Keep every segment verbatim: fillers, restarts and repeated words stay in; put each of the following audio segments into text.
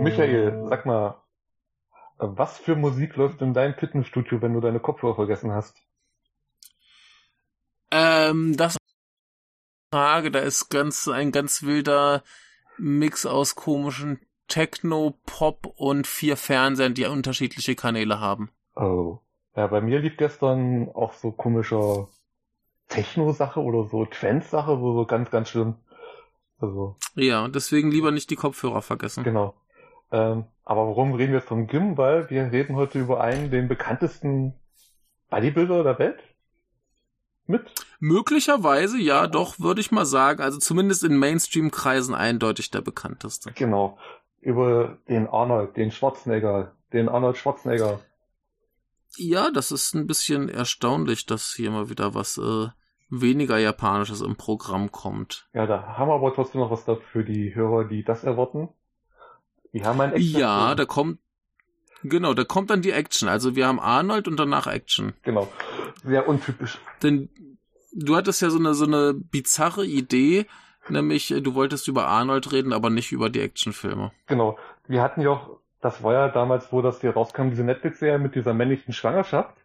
Michael, sag mal, was für Musik läuft in deinem Fitnessstudio, wenn du deine Kopfhörer vergessen hast? Ähm, das ist eine Frage, da ist ganz ein ganz wilder Mix aus komischen Techno, Pop und vier Fernsehern, die unterschiedliche Kanäle haben. Oh. Ja, bei mir lief gestern auch so komischer Techno-Sache oder so Trance-Sache, so, so ganz, ganz schlimm. Also. Ja, deswegen lieber nicht die Kopfhörer vergessen. Genau. Ähm, aber warum reden wir jetzt vom Gym? Weil wir reden heute über einen, den bekanntesten Bodybuilder der Welt. Mit? Möglicherweise, ja, doch, würde ich mal sagen. Also zumindest in Mainstream-Kreisen eindeutig der bekannteste. Genau. Über den Arnold, den Schwarzenegger, den Arnold Schwarzenegger. Ja, das ist ein bisschen erstaunlich, dass hier mal wieder was äh, weniger Japanisches im Programm kommt. Ja, da haben wir aber trotzdem noch was da für die Hörer, die das erwarten. Die haben ein Action. Ja, da kommt, genau, da kommt dann die Action. Also wir haben Arnold und danach Action. Genau. Sehr untypisch. Denn du hattest ja so eine, so eine bizarre Idee, nämlich du wolltest über Arnold reden, aber nicht über die Actionfilme. Genau. Wir hatten ja auch, das war ja damals, wo das hier rauskam, diese Netflix-Serie mit dieser männlichen Schwangerschaft.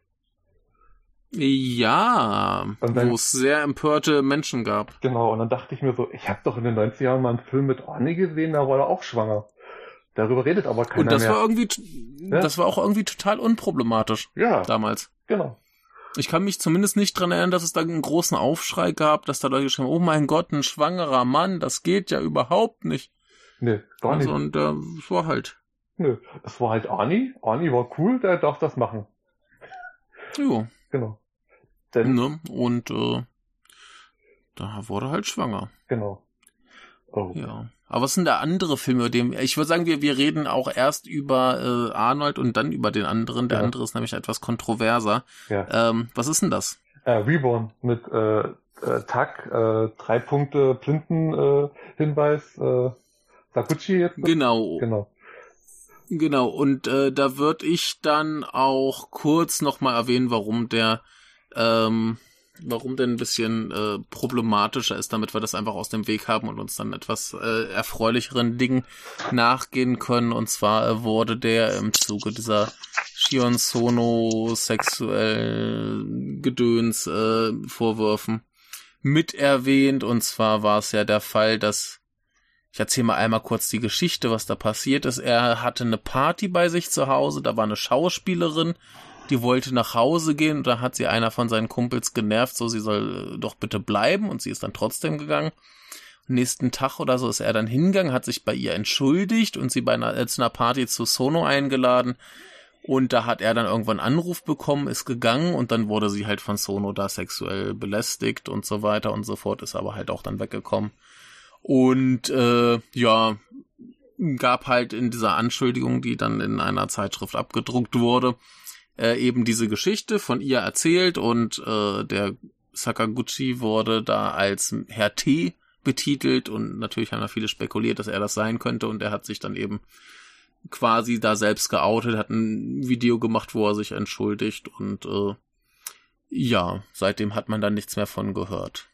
Ja, wo es sehr empörte Menschen gab. Genau, und dann dachte ich mir so, ich habe doch in den neunziger Jahren mal einen Film mit Arnie gesehen, da war er auch schwanger. Darüber redet aber keiner Und das mehr. war irgendwie, ja? das war auch irgendwie total unproblematisch. Ja. Damals. Genau. Ich kann mich zumindest nicht dran erinnern, dass es da einen großen Aufschrei gab, dass da Leute geschrieben haben, oh mein Gott, ein schwangerer Mann, das geht ja überhaupt nicht. Nee, gar nicht. Also, und äh, es war halt. Nö, es war halt Arnie. Arnie war cool, der darf das machen. Jo. Genau. Denn, ne? Und äh, da wurde halt schwanger. Genau. Oh. Ja. Aber was sind da andere Filme, über den ich würde sagen, wir wir reden auch erst über äh, Arnold und dann über den anderen. Der ja. andere ist nämlich etwas kontroverser. Ja. Ähm, was ist denn das? Äh, Reborn mit äh, äh, Tag, äh, drei Punkte Blinden äh, Hinweis, äh, Sakuchi jetzt. Genau. Genau. Genau, und äh, da würde ich dann auch kurz nochmal erwähnen, warum der ähm, warum der ein bisschen äh, problematischer ist, damit wir das einfach aus dem Weg haben und uns dann etwas äh, erfreulicheren Dingen nachgehen können. Und zwar äh, wurde der im Zuge dieser Shion Sono sexuell Gedöns äh, Vorwürfen mit erwähnt. Und zwar war es ja der Fall, dass ich erzähle mal einmal kurz die Geschichte, was da passiert ist. Er hatte eine Party bei sich zu Hause, da war eine Schauspielerin, die wollte nach Hause gehen und da hat sie einer von seinen Kumpels genervt, so sie soll doch bitte bleiben und sie ist dann trotzdem gegangen. Am nächsten Tag oder so ist er dann hingegangen, hat sich bei ihr entschuldigt und sie bei einer, äh, zu einer Party zu Sono eingeladen und da hat er dann irgendwann einen Anruf bekommen, ist gegangen und dann wurde sie halt von Sono da sexuell belästigt und so weiter und so fort, ist aber halt auch dann weggekommen. Und äh, ja, gab halt in dieser Anschuldigung, die dann in einer Zeitschrift abgedruckt wurde, äh, eben diese Geschichte von ihr erzählt und äh, der Sakaguchi wurde da als Herr T betitelt und natürlich haben da viele spekuliert, dass er das sein könnte und er hat sich dann eben quasi da selbst geoutet, hat ein Video gemacht, wo er sich entschuldigt und äh, ja, seitdem hat man dann nichts mehr von gehört.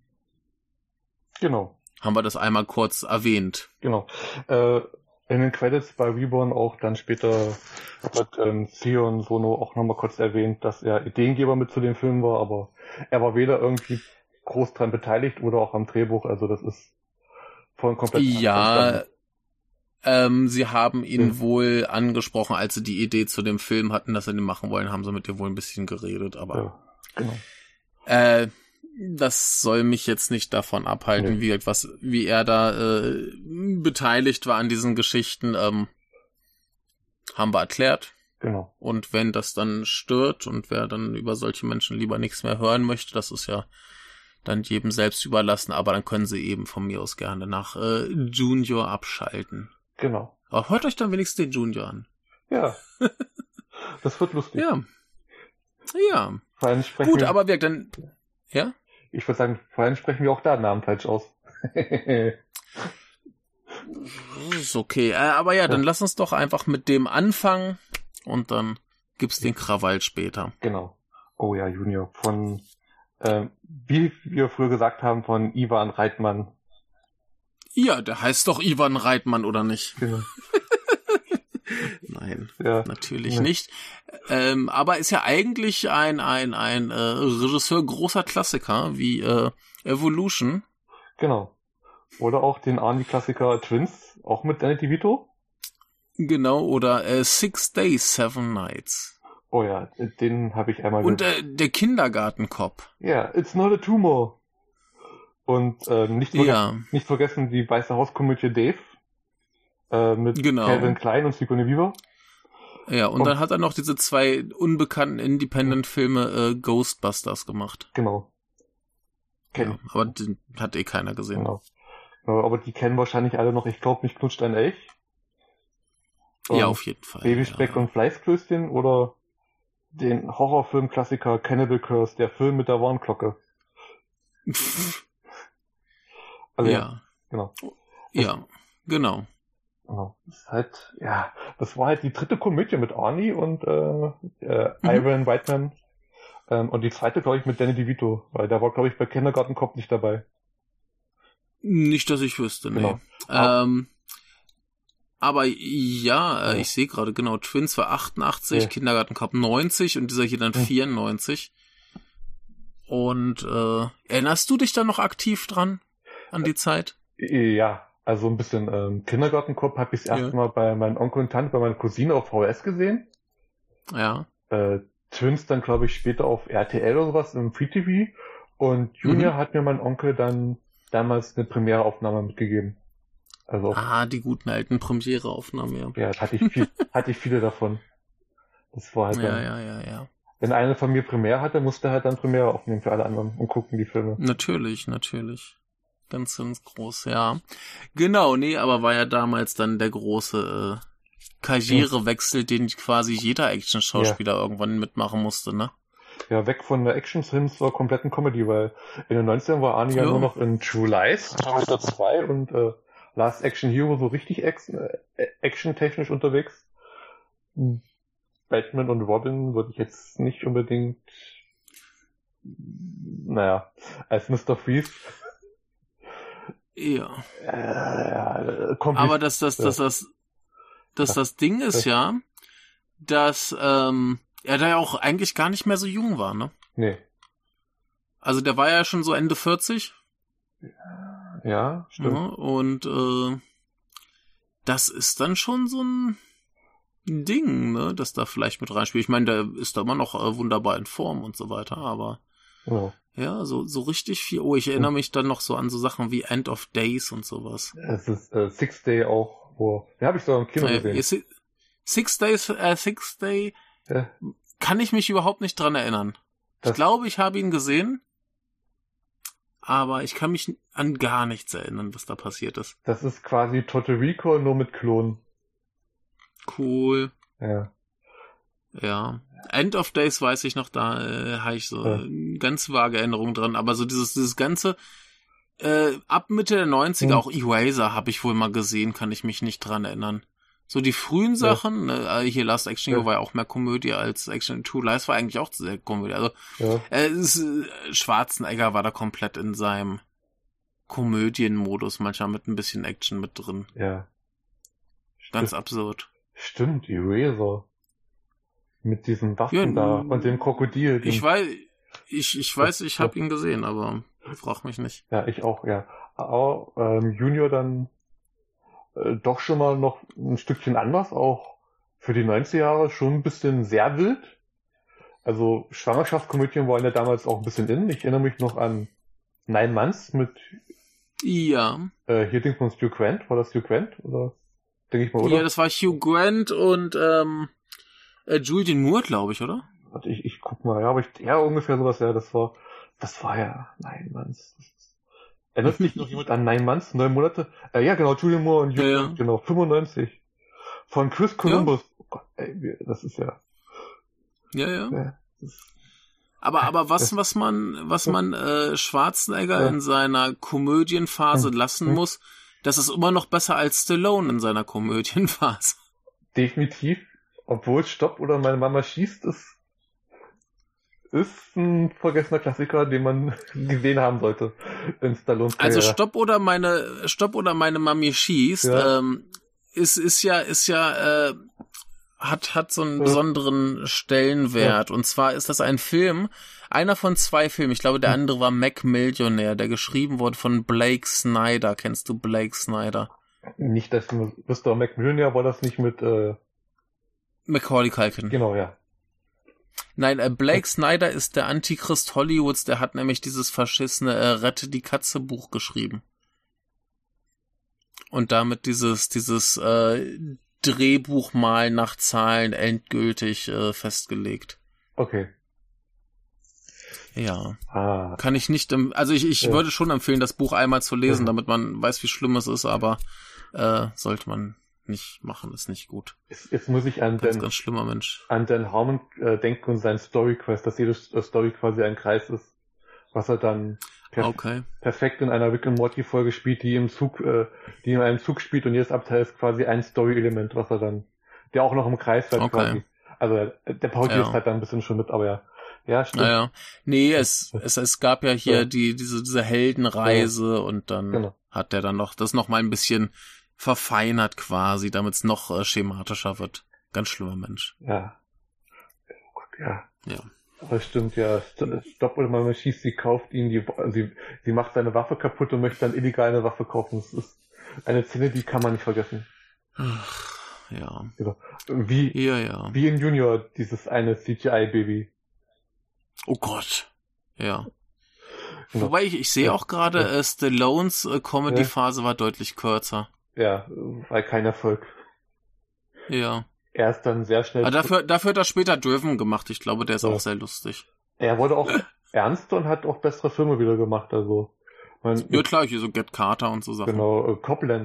Genau. Haben wir das einmal kurz erwähnt. Genau. Äh, in den Credits bei Reborn auch dann später wird ähm, Shion Sono auch nochmal kurz erwähnt, dass er Ideengeber mit zu dem Film war, aber er war weder irgendwie groß dran beteiligt oder auch am Drehbuch, also das ist voll komplett Ja, ähm, sie haben ihn ja. wohl angesprochen, als sie die Idee zu dem Film hatten, dass sie den machen wollen, haben sie mit ihr wohl ein bisschen geredet, aber ja, genau. äh, das soll mich jetzt nicht davon abhalten, nee. wie etwas, wie er da äh, beteiligt war an diesen Geschichten, ähm, haben wir erklärt. Genau. Und wenn das dann stört und wer dann über solche Menschen lieber nichts mehr hören möchte, das ist ja dann jedem selbst überlassen, aber dann können sie eben von mir aus gerne nach äh, Junior abschalten. Genau. Aber hört euch dann wenigstens den Junior an. Ja. Das wird lustig. Ja. Ja. Vor allem sprechen Gut, wir, aber wir dann, ja? Ich würde sagen, vor allem sprechen wir auch da Namen falsch aus. Ist okay. Äh, aber ja, dann ja. lass uns doch einfach mit dem anfangen und dann gibt's den Krawall später. Genau. Oh ja, Junior. Von, äh, wie wir früher gesagt haben, von Ivan Reitman. Ja, der heißt doch Ivan Reitman, oder nicht? Genau. Nein, Ja. natürlich Nee. nicht. Ähm, aber ist ja eigentlich ein ein ein äh, Regisseur großer Klassiker wie äh, Evolution. Genau. Oder auch den Arnie-Klassiker Twins, auch mit Danny DeVito. Genau, oder äh, Six Days, Seven Nights. Oh ja, den habe ich einmal Und gesehen. äh, der Kindergartenkopf. Ja, It's Not a Tumor. Und äh, nicht, vergessen, Ja, nicht vergessen die Weiße Hauskomödie Dave äh, mit genau. Calvin Klein und Sigourney Weaver. Ja, und Und- dann hat er noch diese zwei unbekannten Independent-Filme äh, Ghostbusters gemacht. Genau. Kenn Ja, aber den hat eh keiner gesehen. Genau. Ja, aber die kennen wahrscheinlich alle noch, ich glaube, mich knutscht ein Elch. Ja, Und auf jeden Fall. Babyspeck ja. und Fleißklößchen oder den Horrorfilm-Klassiker Cannibal Curse, der Film mit der Warnglocke. Also ja, ja, genau. ja, genau. genau. Das ist halt, ja, das war halt die dritte Komödie mit Arnie und äh, äh, Mhm. Ivan Reitman. Ähm, und die zweite, glaube ich, mit Danny DeVito, weil der war, glaube ich, bei Kindergartenkopf nicht dabei. Nicht, dass ich wüsste, nee. Genau. Ähm, aber ja, äh, Ja. ich sehe gerade, genau, Twins war achtundachtzig, Ja. Kindergartenkopf neunzig und dieser hier dann Hm. vierundneunzig. Und äh, erinnerst du dich da noch aktiv dran, an die Zeit? Ja, also ein bisschen ähm, Kindergartenkopf habe ich das erste Ja. Mal bei meinem Onkel und Tante, bei meiner Cousine auf V H S gesehen. Ja. Äh, Twins dann, glaube ich, später auf R T L oder sowas im Free T V. Und Junior Mhm. hat mir mein Onkel dann damals eine Premiereaufnahme mitgegeben. Also auf, Ah, die guten alten Premiere-Aufnahmen, ja. ja, hatte ich viel, hatte ich viele davon. Das war halt Ja, dann, ja, ja, ja. wenn eine von mir Premiere hatte, musste er halt dann Premiere aufnehmen für alle anderen und gucken die Filme. Natürlich, natürlich. Ganz, ganz groß, ja. Genau, nee, aber war ja damals dann der große äh, Karrierewechsel, den quasi jeder Action-Schauspieler irgendwann mitmachen musste, ne? Ja, weg von der Actionfilms zur kompletten Comedy, weil in den neunzigern war Arnie ja Jo. nur noch in True Lies, Terminator zwei und äh, Last Action Hero so richtig ex äh, action-technisch unterwegs. Hm. Batman und Robin würde ich jetzt nicht unbedingt, naja, als Mister Freeze. Ja. Äh, ja, Aber das, das, das, das, das, das Ding ist ja, dass ähm, er da ja auch eigentlich gar nicht mehr so jung war, ne? Nee. Also der war ja schon so Ende vierzig. Ja, stimmt. Ne? Und äh, das ist dann schon so ein Ding, ne, das da vielleicht mit reinspielt. Ich meine, der ist da immer noch äh, wunderbar in Form und so weiter, aber Genau. ja, so so richtig viel. Oh, ich erinnere mich dann noch so an so Sachen wie End of Days und sowas. Es ist äh, Six Day auch, wo, den habe ich sogar im Kino Äh, gesehen. ist- Six Days, äh, Six Day, Ja, kann ich mich überhaupt nicht dran erinnern. Ich Das- glaube, ich habe ihn gesehen, aber ich kann mich an gar nichts erinnern, was da passiert ist. das ist quasi Total Recall nur mit Klonen. Cool. Ja. Ja. End of Days weiß ich noch, da äh, habe ich so Ja. äh, ganz vage Erinnerungen dran, aber so dieses, dieses ganze äh, ab Mitte der neunziger, Hm. auch Eraser habe ich wohl mal gesehen, kann ich mich nicht dran erinnern. So die frühen Sachen, ne, äh, hier Last Action Hero Ja. war ja auch mehr Komödie als Action. True Lies war eigentlich auch sehr Komödie. Also Ja. äh, es, ist, äh, Schwarzenegger war da komplett in seinem Komödienmodus, manchmal mit ein bisschen Action mit drin. Ja. Ganz Stimmt. absurd. Stimmt, Eraser. Mit diesen Waffen Ja, da n- und dem Krokodil. Dem, Ich weiß, ich, ich weiß, ich habe Ja. ihn gesehen, aber frag mich nicht. Ja, ich auch, ja. Aber ähm, Junior dann äh, doch schon mal noch ein Stückchen anders, auch für die neunziger Jahre schon ein bisschen sehr wild. Also Schwangerschaftskomödien waren ja damals auch ein bisschen in. Ich erinnere mich noch an Nine Months mit Ja. äh, hier Ding von Hugh Grant. War das Hugh Grant? Oder denke ich mal, oder? Ja, das war Hugh Grant und ähm, äh, Julian Moore, glaube ich, oder? Warte, ich, ich guck mal, ja, aber ich, ja, ungefähr sowas, ja, das war, das war ja Nine Months. Erinnert sich noch jemand an Nine Months, neun Monate? Äh, ja, genau, Julian Moore und Hugh Ja, ja. Grant, genau, fünfundneunzig. Von Chris Columbus. Oh Gott, ey, wir- das ist ja, Ja, ja. ja das, Aber aber was was man was man äh, Schwarzenegger Ja. in seiner Komödienphase Hm. lassen Hm. muss, das ist immer noch besser als Stallone in seiner Komödienphase. definitiv, obwohl Stopp oder meine Mama schießt, ist, ist ein vergessener Klassiker, den man gesehen haben sollte in Stallones Karriere. Also Stopp oder meine Stopp oder meine Mami schießt Ja. ähm, ist ist ja ist ja äh, hat, hat so einen ja. besonderen Stellenwert. Ja. Und zwar ist das ein Film, einer von zwei Filmen. Ich glaube, der andere war Mac Millionaire, der geschrieben wurde von Blake Snyder. Kennst du Blake Snyder? Nicht, dass du Mister Mac Millionaire war das nicht mit äh... Macaulay Culkin. Genau, ja. Nein, äh, Blake Snyder ist der Antichrist Hollywoods, der hat nämlich dieses verschissene äh, Rette die Katze Buch geschrieben. Und damit dieses, dieses äh, Drehbuch mal nach Zahlen endgültig äh, festgelegt. Okay. Ja. Ah. Kann ich nicht, im, also ich, ich ja. würde schon empfehlen, das Buch einmal zu lesen, mhm. damit man weiß, wie schlimm es ist, aber äh, sollte man nicht machen, ist nicht gut. Jetzt, jetzt muss ich an ganz, den, ganz schlimmer Mensch. an Dan Harmon äh, denken und seinen Story Quest, dass jede Story quasi ein Kreis ist, was er dann perf- okay. perfekt in einer Rick and Morty Folge spielt, die im Zug, äh, die in einem Zug spielt und jedes Abteil ist quasi ein Story-Element, was er dann, der auch noch im Kreis bleibt okay. quasi. Also der parodiert ja. halt da ein bisschen schon mit, aber ja. Ja, stimmt. Naja. Nee, es, es, es gab ja hier ja. die, diese, diese Heldenreise ja. und dann genau. hat der dann noch, das noch mal ein bisschen verfeinert quasi, damit es noch äh, schematischer wird. Ganz schlimmer Mensch. Ja. Oh Gott, ja. Ja. Aber stimmt, ja. Stopp oder man schießt, sie kauft ihn, die, sie, sie macht seine Waffe kaputt und möchte dann illegal eine Waffe kaufen. Das ist eine Szene, die kann man nicht vergessen. Ach, ja. Genau. Wie, ja, ja. wie in Junior, dieses eine C G I-Baby. Oh Gott. Ja. Genau. Wobei ich, ich sehe ja. auch gerade, ja. äh, Stallones äh, Comedy-Phase ja. war deutlich kürzer. Ja, weil kein Erfolg. Ja. Er ist dann sehr schnell... Aber dafür, dafür hat er später Driven gemacht. Ich glaube, der ist ja. auch sehr lustig. Er wurde auch ernster und hat auch bessere Filme wieder gemacht. Also man, ja klar, hier so Get Carter und so Sachen. Genau, äh, Copland.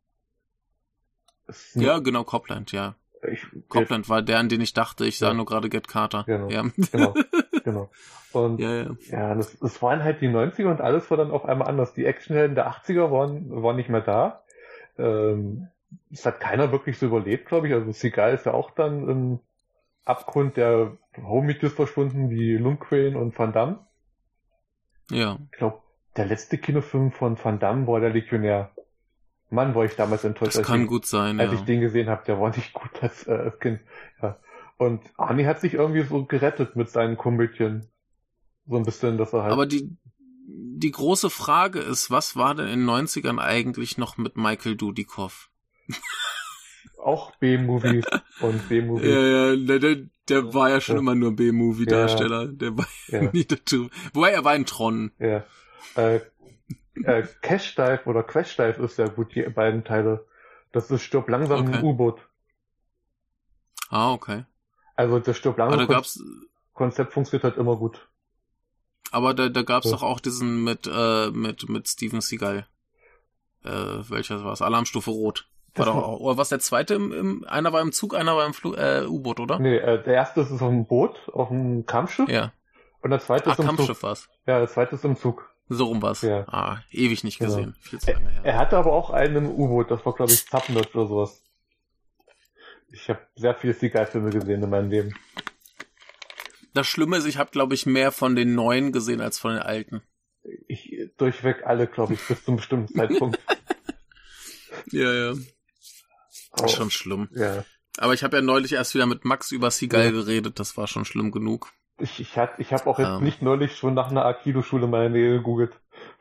Ja, genau, Copland, ja. Ich, Copland war der, an den ich dachte. Ich sah ja. nur gerade Get Carter. Genau, ja. genau, genau. Und ja, ja. ja das, das waren halt die neunziger und alles war dann auf einmal anders. Die Actionhelden der achtziger waren, waren nicht mehr da. Ähm, es hat keiner wirklich so überlebt, glaube ich. Also Seagal ist ja auch dann im Abgrund der Home-Meet ist verschwunden, wie Lundgren und Van Damme. Ja. Ich glaube, der letzte Kinofilm von Van Damme war der Legionär. Mann, war ich damals enttäuscht. Das kann ich, gut sein, als ja. ich den gesehen habe, der war nicht gut als, äh, als Kind. Ja. Und Arnie hat sich irgendwie so gerettet mit seinen Kumpelchen. So ein bisschen, dass er halt... Aber die, die große Frage ist, was war denn in den neunzigern eigentlich noch mit Michael Dudikoff? Auch B-Movies und B-Movies. Ja, ja, der, der, der war ja schon ja. immer nur B-Movie-Darsteller. Ja. Der war ja. nie der Typ. Wobei, er war in Tron. Ja. Äh, äh, Cash Dive oder Crash Dive ist ja gut, die beiden Teile. Das ist Stirb langsam okay. im U-Boot. Ah, okay. Also das Stirb langsam da gab's, Konzept funktioniert halt immer gut. Aber da, da gab's ja. doch auch diesen mit, äh, mit, mit Steven Seagal. Äh, welcher war es? Alarmstufe Rot. War doch auch, oder was der zweite im, im, einer war im Zug, einer war im Flu- äh, U-Boot, oder? Nee, äh, der erste ist auf dem Boot, auf dem Kampfschiff. Ja. Und der zweite Ach, ist im Kampfschiff Zug. war's. Ja, der zweite ist im Zug. So rum war's. Ja. Ah, ewig nicht gesehen. Genau. Viel zu lange her. Er, er hatte aber auch einen im U-Boot, das war glaube ich Zappenlot oder sowas. Ich habe sehr viele Seagal-Filme gesehen in meinem Leben. Das Schlimme ist, ich habe glaube ich mehr von den neuen gesehen als von den alten. Ich durchweg alle, glaube ich, bis zum bestimmten Zeitpunkt. Ja, ja. Oh, schon schlimm. Ja. Aber ich habe ja neulich erst wieder mit Max über Seagal ja. geredet, das war schon schlimm genug. Ich, ich, hat, ich habe auch jetzt ähm. nicht neulich schon nach einer Aikido-Schule in meiner Nähe gegoogelt.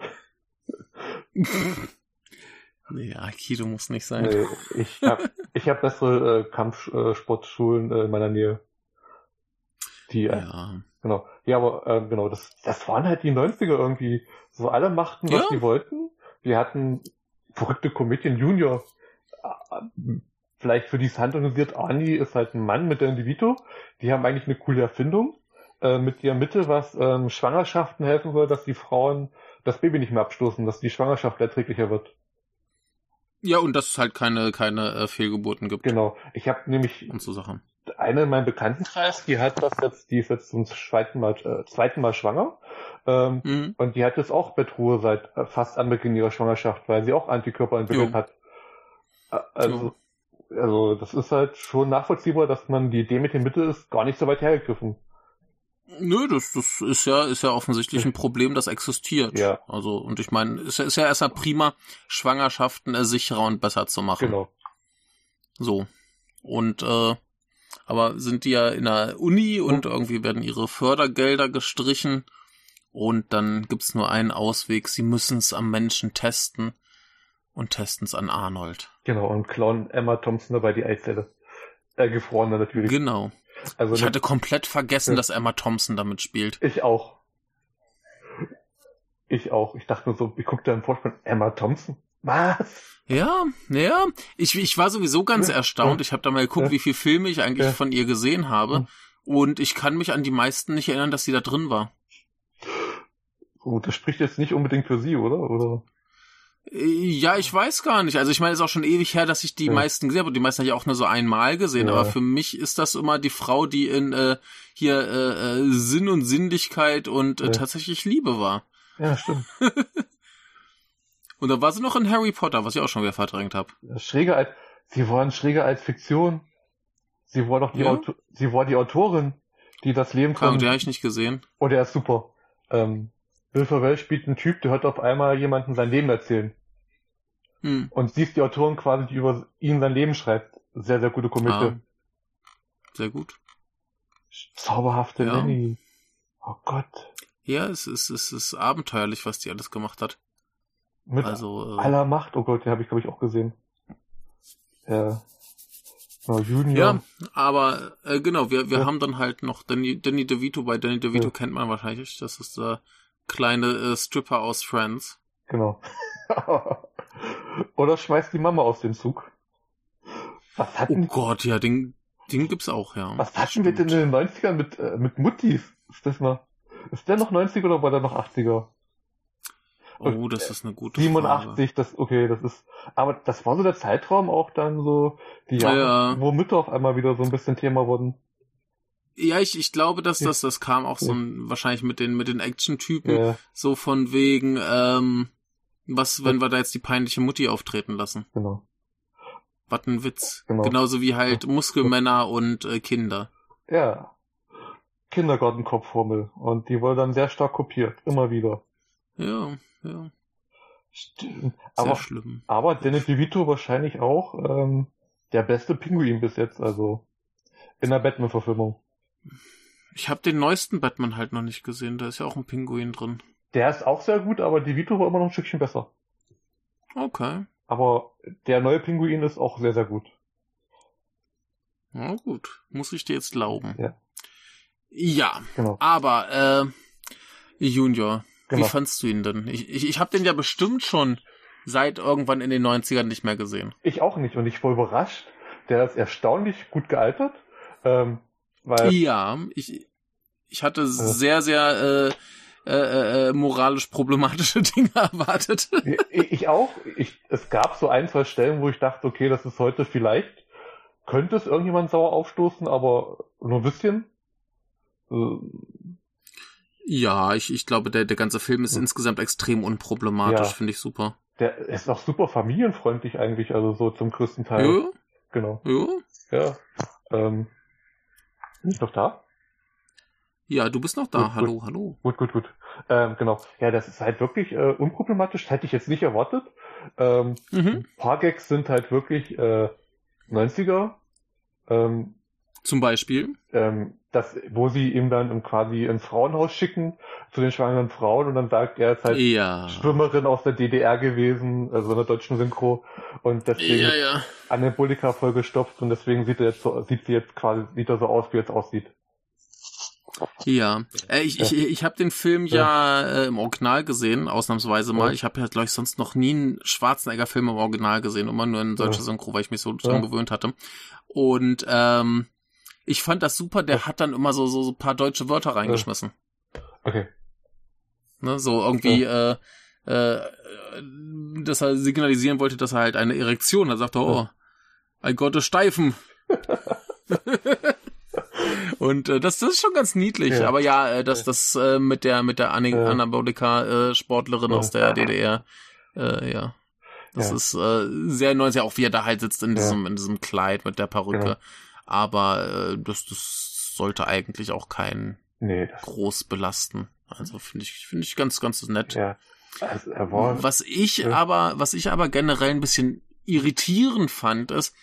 Nee, Aikido muss nicht sein. Nee, ich habe ich hab bessere äh, Kampfsportschulen äh, in meiner Nähe. Die, äh, ja. Genau. Ja, aber äh, genau, das, das waren halt die neunziger irgendwie. So alle machten, was ja. sie wollten. Wir hatten verrückte Komödien. Junior, vielleicht für die Hand organisiert, Arnie ist halt ein Mann mit der Individuo. Die haben eigentlich eine coole Erfindung. Äh, mit der Mitte, was ähm, Schwangerschaften helfen soll, dass die Frauen das Baby nicht mehr abstoßen, dass die Schwangerschaft erträglicher wird. Ja, und dass es halt keine keine äh, Fehlgeburten gibt. Genau. Ich habe nämlich und so Sachen. Eine in meinem Bekanntenkreis, die hat das jetzt, die ist jetzt zum zweiten Mal, äh, zweiten Mal schwanger. Ähm, mhm. Und die hat jetzt auch Bettruhe seit äh, fast Anbeginn ihrer Schwangerschaft, weil sie auch Antikörper entwickelt jo. hat. Äh, also, jo. also, das ist halt schon nachvollziehbar, dass man die Idee mit der Mitte ist gar nicht so weit hergegriffen. Nö, das, das ist ja, ist ja offensichtlich ein Problem, das existiert. Ja. Also, und ich meine, es ist ja erstmal prima, Schwangerschaften äh, sicherer und besser zu machen. Genau. So. Und, äh, aber sind die ja in der Uni und irgendwie werden ihre Fördergelder gestrichen und dann gibt's nur einen Ausweg, sie müssen es am Menschen testen und testen es an Arnold. Genau, und klauen Emma Thompson dabei die Eizelle. Äh, gefrorene natürlich. Genau. Also ich hatte komplett vergessen, ja. dass Emma Thompson damit spielt. Ich auch. Ich auch. Ich dachte nur so, ich guckte im Vorspann, Emma Thompson? Was? Ja, ja. Ich, ich war sowieso ganz ja, erstaunt. Ja, ich habe da mal geguckt, ja, wie viele Filme ich eigentlich ja. von ihr gesehen habe. Ja. Und ich kann mich an die meisten nicht erinnern, dass sie da drin war. Gut, das spricht jetzt nicht unbedingt für sie, oder? Oder? Ja, ich weiß gar nicht. Also ich meine, es ist auch schon ewig her, dass ich die ja. meisten gesehen habe. Die meisten habe ich auch nur so einmal gesehen. Ja. Aber für mich ist das immer die Frau, die in äh, hier äh, Sinn und Sinnlichkeit und äh, ja. tatsächlich Liebe war. Ja, stimmt. Und da war sie noch in Harry Potter, was ich auch schon wieder verdrängt habe. Schräger als, sie war schräger als Fiktion. Sie war doch die, ja? Auto, sie war die Autorin, die das Leben von... Die habe ich nicht gesehen. Oh, der ist super. Ähm, Will Ferrell spielt einen Typ, der hört auf einmal jemanden sein Leben erzählen. Hm. Und sie ist die Autorin quasi, die über ihn sein Leben schreibt. Sehr, sehr gute Komödie. Ah, sehr gut. Zauberhafte ja. Lenny. Oh Gott. Ja, es ist, es ist abenteuerlich, was die alles gemacht hat. Mit also, äh, aller Macht, oh Gott, den habe ich, glaube ich, auch gesehen. Ja. Oh, Junior. Ja, aber äh, genau, wir wir ja. haben dann halt noch Danny, Danny DeVito. Bei Danny DeVito ja. kennt man wahrscheinlich, das ist der kleine äh, Stripper aus Friends. Genau. Oder schmeißt die Mama aus dem Zug. Was hatten Oh Gott, ja, den, den gibt's auch, ja. Was hatten wir denn in den neunzigern mit, äh, mit Muttis? Ist das mal, ist der noch neunziger oder war der noch achtziger? Oh, das ist eine gute siebenundachtzig, Frage. das, okay, das ist, aber das war so der Zeitraum auch dann so, die Jahre, ja. wo Mütter auf einmal wieder so ein bisschen Thema wurden. Ja, ich, ich glaube, dass das, das kam auch so ein, wahrscheinlich mit den, mit den Action-Typen, ja. so von wegen, ähm, was, wenn wir da jetzt die peinliche Mutti auftreten lassen? Genau. Was ein Witz. Genau. Genauso wie halt Muskelmänner und äh, Kinder. Ja. Kindergartenkopfformel. Und die wurde dann sehr stark kopiert. Immer wieder. Ja. Ja. Stimmt. Sehr aber, schlimm. Aber Danny DeVito wahrscheinlich auch ähm, der beste Pinguin bis jetzt, also in der Batman-Verfilmung. Ich habe den neuesten Batman halt noch nicht gesehen, da ist ja auch ein Pinguin drin. Der ist auch sehr gut, aber DeVito war immer noch ein Stückchen besser. Okay. Aber der neue Pinguin ist auch sehr, sehr gut. Na gut, muss ich dir jetzt glauben. Ja. Ja, genau. Aber äh, Junior, Genau. Wie fandst du ihn denn? Ich, ich, ich habe den ja bestimmt schon seit irgendwann in den neunzigern nicht mehr gesehen. Ich auch nicht und ich war überrascht. Der ist erstaunlich gut gealtert. Ähm, weil, ja, ich, ich hatte äh, sehr, sehr äh, äh, äh, moralisch problematische Dinge erwartet. Ich, ich auch. Ich, es gab so ein, zwei Stellen, wo ich dachte, okay, das ist heute vielleicht, könnte es irgendjemand sauer aufstoßen, aber nur ein bisschen. Äh, Ja, ich, ich glaube, der, der ganze Film ist ja. insgesamt extrem unproblematisch, ja. finde ich super. Der ist auch super familienfreundlich eigentlich, also so zum größten Teil. Ja. Genau. Ja. Ja. Ähm, bin ich noch da? Ja, du bist noch da. Gut, hallo, gut. hallo. Gut, gut, gut. Ähm, genau. Ja, das ist halt wirklich äh, unproblematisch. Das hätte ich jetzt nicht erwartet. Ähm, mhm. Ein paar Gags sind halt wirklich äh, neunziger. Ähm, Zum Beispiel? Ähm, das, wo sie ihm dann quasi ins Frauenhaus schicken zu den schwangeren Frauen und dann sagt er, er ist halt ja. Schwimmerin aus der D D R gewesen, also in der deutschen Synchro und deswegen ja, ja. Anabolika vollgestopft und deswegen sieht er jetzt so, sieht sie jetzt quasi, sieht er so aus, wie er jetzt aussieht. Ja, äh, ich, ja. ich, ich habe den Film ja, ja äh, im Original gesehen, ausnahmsweise mal. Ja. Ich habe ja, glaube ich, sonst noch nie einen Schwarzenegger-Film im Original gesehen, immer nur in deutscher ja. Synchro, weil ich mich so dran ja. gewöhnt hatte. Und ähm, ich fand das super, der ja. hat dann immer so, so, so ein paar deutsche Wörter reingeschmissen. Okay. Ne, so irgendwie, ja. äh, äh, dass er signalisieren wollte, dass er halt eine Erektion hat. Da sagt er, oh, ein Gottes Steifen. Und äh, das, das ist schon ganz niedlich. Ja. Aber ja, äh, dass das äh, mit der mit der An- ja. Anabolika-Sportlerin äh, aus der D D R, äh, ja. Das ja. ist äh, sehr neunzig, auch wie er da halt sitzt in diesem, ja. in diesem Kleid mit der Perücke. Ja. Aber äh, das, das sollte eigentlich auch keinen nee, das groß belasten. Also finde ich, finde ich ganz, ganz nett. Ja. Also, er war, was ich ja. aber, was ich aber generell ein bisschen irritierend fand, ist,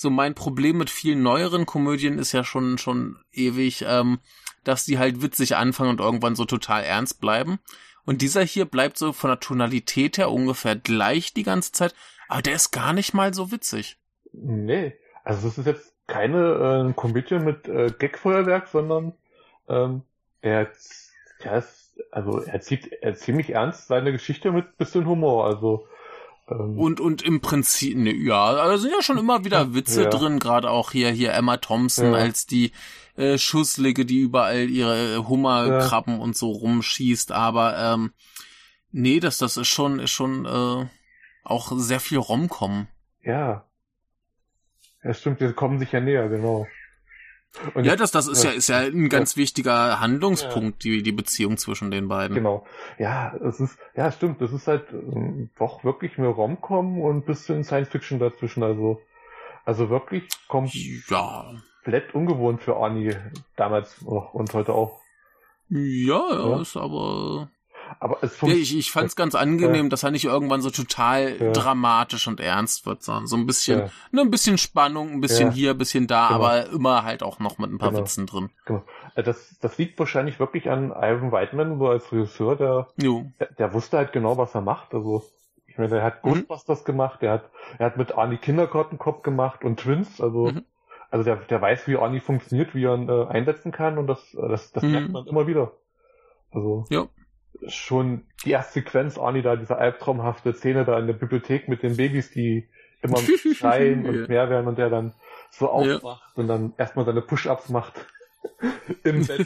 so mein Problem mit vielen neueren Komödien ist ja schon schon ewig, ähm, dass die halt witzig anfangen und irgendwann so total ernst bleiben. Und dieser hier bleibt so von der Tonalität her ungefähr gleich die ganze Zeit, aber der ist gar nicht mal so witzig. Nee, also das ist jetzt keine äh, Komödie mit äh, Gagfeuerwerk, sondern ähm, er, er ist, also er zieht er ziemlich ernst seine Geschichte mit bisschen Humor, also ähm, Und und im Prinzip, ne, ja, also sind ja schon immer wieder Witze ja. drin, gerade auch hier hier Emma Thompson Ja. als die äh, Schusslige, die überall ihre äh, Hummerkrabben und so rumschießt, aber ähm, nee, das das ist schon ist schon äh, auch sehr viel Rom-Com. ja. Ja, stimmt, die kommen sich ja näher, genau. Und Ja, ich- das das ist ja ist ja ein ganz wichtiger Handlungspunkt, Ja. die die Beziehung zwischen den beiden. Genau. Ja, es ist, ja, stimmt, das ist halt ähm, doch wirklich mehr Rom-Com und ein bisschen Science-Fiction dazwischen, also, also wirklich Ja. komplett ungewohnt für Arnie damals noch und heute auch. Ja, ja, Ja. ist aber Aber es ja, funktioniert. ich, ich fand's ganz angenehm, dass er nicht irgendwann so total Ja. dramatisch und ernst wird, sondern so ein bisschen, Ja. ne, ein bisschen Spannung, ein bisschen Ja. hier, ein bisschen da, Genau. aber immer halt auch noch mit ein paar Genau. Witzen drin. Genau. Äh, Das, das liegt wahrscheinlich wirklich an Ivan Reitman, so als Regisseur, der, Jo. der, der wusste halt genau, was er macht. Also, ich meine, der hat Mhm. Ghostbusters gemacht, der hat, er hat mit Arnie Kindergartenkopf gemacht und Twins, also, Mhm. also der, der weiß, wie Arnie funktioniert, wie er ihn äh, einsetzen kann und das, äh, das, das Mhm. merkt man immer wieder. Also, Ja. schon die erste Sequenz, Arnie da, diese albtraumhafte Szene da in der Bibliothek mit den Babys, die immer schreien und Ja. mehr werden und der dann so aufwacht und dann erstmal seine Push-Ups macht im Bett.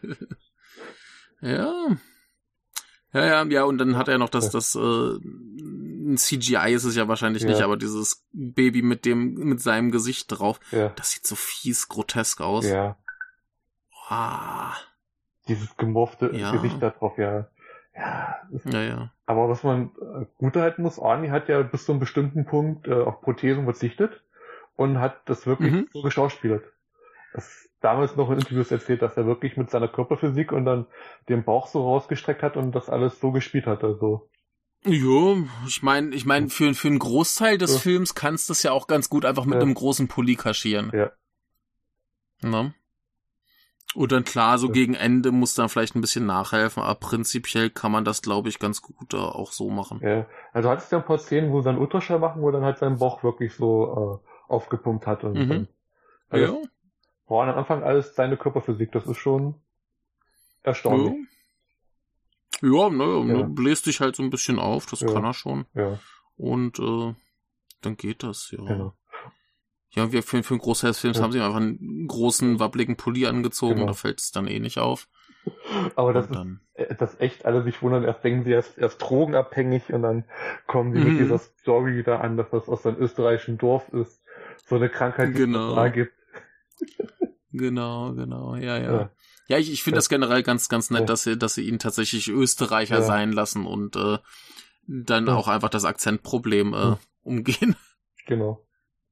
Ja. Ja, ja, ja, und dann hat er noch das, das, äh, ein C G I ist es ja wahrscheinlich Ja. nicht, aber dieses Baby mit dem, mit seinem Gesicht drauf, Ja, das sieht so fies grotesk aus. ja, Ah. dieses gemorfte Ja. Gesicht da drauf, ja. Ja, ist- Ja, ja. aber was man äh, gut halten muss, Arnie hat ja bis zu einem bestimmten Punkt äh, auf Prothesen verzichtet und hat das wirklich Mhm. so geschauspielert. Das damals noch in Interviews erzählt, dass er wirklich mit seiner Körperphysik und dann den Bauch so rausgestreckt hat und das alles so gespielt hat, also. Jo, ich meine, ich meine, für, für einen Großteil des Ja. Films kannst du es ja auch ganz gut einfach mit Ja. einem großen Pulli kaschieren. Ja. Ne? Und dann klar, so Ja. gegen Ende muss dann vielleicht ein bisschen nachhelfen, aber prinzipiell kann man das, glaube ich, ganz gut äh, auch so machen. Ja, also hat es ja ein paar Szenen, wo sie einen Ultraschall machen, wo dann halt sein Bauch wirklich so äh, aufgepumpt hat und Mhm. dann, also Ja, das war am Anfang alles seine Körperphysik, das ist schon erstaunlich. ja, ja, ne, Ja. ne, bläst dich halt so ein bisschen auf, das Ja. kann er schon. Ja, Und äh, dann geht das, ja. genau. Ja, wir für, für einen Großteil des Films Ja. haben sie einfach einen großen, wabbligen Pulli angezogen, Genau. da fällt es dann eh nicht auf. Aber das Und ist, dann, äh, dass echt alle sich wundern, erst denken sie, er ist, er ist drogenabhängig und dann kommen sie Mhm. mit dieser Story da an, dass das aus einem österreichischen Dorf ist. So eine Krankheit, die Genau. es da gibt. genau, genau, ja, ja. Ja. Ja, ich, ich finde Ja. das generell ganz, ganz nett, Ja. dass sie, dass sie ihn tatsächlich Österreicher Ja. sein lassen und äh, dann Ja. auch einfach das Akzentproblem äh, Ja. umgehen. Genau.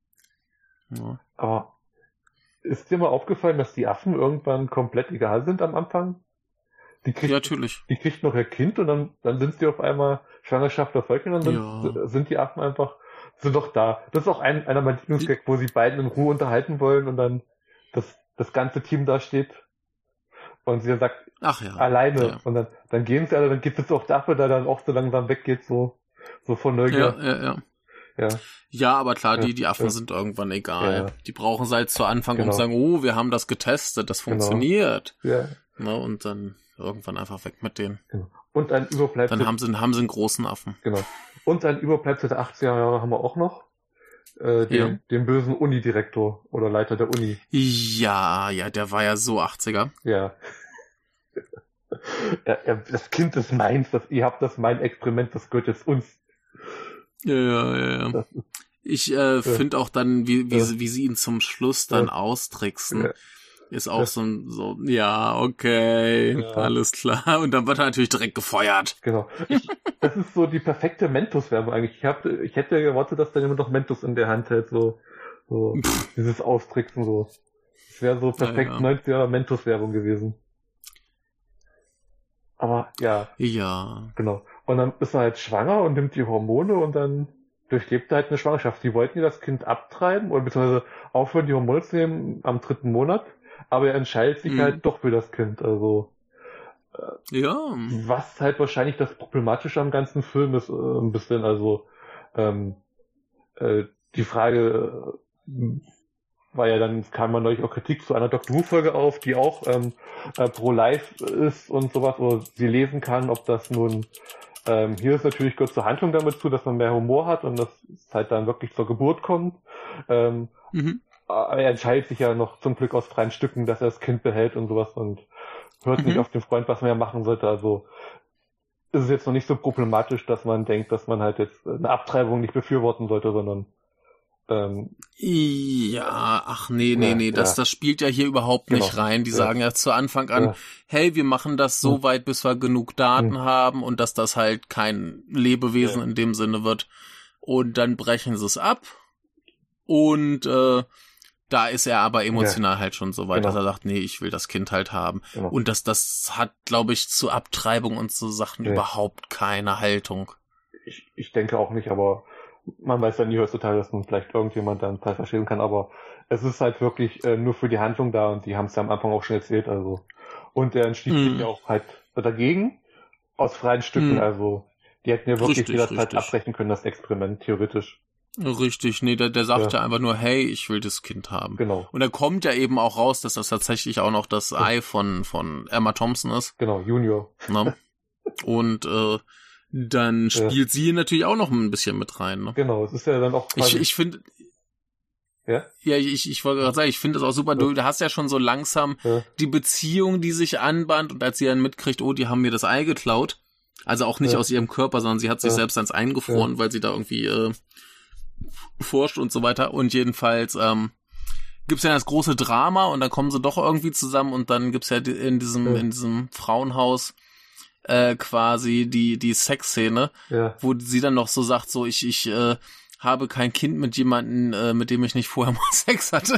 Ja. Aber ist dir mal aufgefallen, dass die Affen irgendwann komplett egal sind am Anfang? Die kriegt, ja, natürlich. die kriegt noch ihr Kind und dann, dann sind sie auf einmal Schwangerschaft erfolgt und dann sind, Ja. sind die Affen einfach, sind doch da. Das ist auch ein, einer meiner Lieblingsgags, wo sie beiden in Ruhe unterhalten wollen und dann das, das ganze Team da steht und sie dann sagt, Ach ja. alleine. Ja. Und dann, dann gehen sie alle, dann gibt es auch dafür, da dann auch so langsam weggeht, so, so von Ja, Neugier. ja, ja. Ja, Ja, aber klar, Ja, die, die Affen ja. sind irgendwann egal. Ja. Die brauchen sie halt zu Anfang, um Genau. zu sagen, oh, wir haben das getestet, das Genau. funktioniert. ja. Ne, und dann irgendwann einfach weg mit denen. Genau. Und ein Überbleibsel. Dann haben sie, haben sie einen großen Affen. Genau. Und ein Überbleibsel der achtziger Jahre haben wir auch noch. Äh, den, Ja. den bösen Unidirektor oder Leiter der Uni. Ja, ja, der war ja so achtziger. Ja. er, er, das Kind ist meins, das, ihr habt das mein Experiment, das gehört jetzt uns. Ja, ja, ja. ja. Das ist, Ich äh, finde auch dann, wie, wie, Ja. sie, wie sie ihn zum Schluss dann Ja. austricksen, Ja. ist auch Ja. so ein, so, ja, okay, Ja. alles klar. Und dann wird er natürlich direkt gefeuert. genau. Ich, das ist so die perfekte Mentos-Werbung eigentlich. Ich, hab, ich hätte erwartet, dass dann jemand noch Mentos in der Hand hält, so, so dieses Austricksen so. Das wäre so perfekt Ja, ja. neunziger Mentos-Werbung gewesen. Aber ja, Ja. genau. Und dann ist er halt schwanger und nimmt die Hormone und dann durchlebt halt eine Schwangerschaft. Die wollten ihr das Kind abtreiben oder beziehungsweise aufhören, die Hormone zu nehmen am dritten Monat, aber er entscheidet sich mhm. halt doch für das Kind. Also äh, ja. Was halt wahrscheinlich das Problematische am ganzen Film ist, äh, ein bisschen, also ähm, äh, die Frage äh, war ja dann, kam man neulich auch Kritik zu einer Doctor Who-Folge auf, die auch ähm, äh, pro-life ist und sowas, oder sie lesen kann, ob das nun Ähm, hier ist natürlich gehört zur Handlung damit zu, dass man mehr Humor hat und dass es halt dann wirklich zur Geburt kommt. Ähm, mhm. Er entscheidet sich ja noch zum Glück aus freien Stücken, dass er das Kind behält und sowas und hört mhm. nicht auf den Freund, was man ja machen sollte. Also ist es jetzt noch nicht so problematisch, dass man denkt, dass man halt jetzt eine Abtreibung nicht befürworten sollte, sondern ähm, ja, ach nee, nee, ja, nee, das, ja. das spielt ja hier überhaupt Genau. nicht rein. Die Ja. sagen ja zu Anfang an, Ja. hey, wir machen das so Hm. weit, bis wir genug Daten Hm. haben und dass das halt kein Lebewesen Ja. in dem Sinne wird. Und dann brechen sie es ab und äh, da ist er aber emotional ja. halt schon so weit, Genau. dass er sagt, nee, ich will das Kind halt haben. Genau. Und das, das hat, glaube ich, zu Abtreibung und so Sachen Nee. überhaupt keine Haltung. Ich, ich denke auch nicht, aber man weiß ja nie heutzutage, dass man vielleicht irgendjemand dann falsch verstehen kann, aber es ist halt wirklich äh, nur für die Handlung da und die haben es ja am Anfang auch schon erzählt, also. Und er entschied Mhm. sich ja auch halt dagegen, aus freien Stücken, Mhm. also. Die hätten ja wirklich Richtig, jederzeit richtig. abbrechen können, das Experiment, theoretisch. Richtig, nee, der, der sagt ja. Ja. einfach nur, hey, ich will das Kind haben. Genau. Und da kommt ja eben auch raus, dass das tatsächlich auch noch das Ei von, von Emma Thompson ist. Genau, Junior. Ne? Und äh, dann spielt ja. sie natürlich auch noch ein bisschen mit rein. Ne? Genau, es ist ja dann auch quasi... Ich, ich finde... Ja? Ja, ich, ich wollte gerade sagen, ich finde das auch super. Du, du hast ja schon so langsam ja. die Beziehung, die sich anbahnt und als sie dann mitkriegt, oh, die haben mir das Ei geklaut. Also auch nicht ja. aus ihrem Körper, sondern sie hat sich ja. selbst ans eingefroren, ja. weil sie da irgendwie äh, forscht und so weiter. Und jedenfalls ähm, gibt's ja das große Drama und dann kommen sie doch irgendwie zusammen und dann gibt's ja in diesem, ja. in diesem Frauenhaus äh, quasi die, die Sexszene, ja. wo sie dann noch so sagt, so ich, ich äh, habe kein Kind mit jemandem, äh, mit dem ich nicht vorher mal Sex hatte.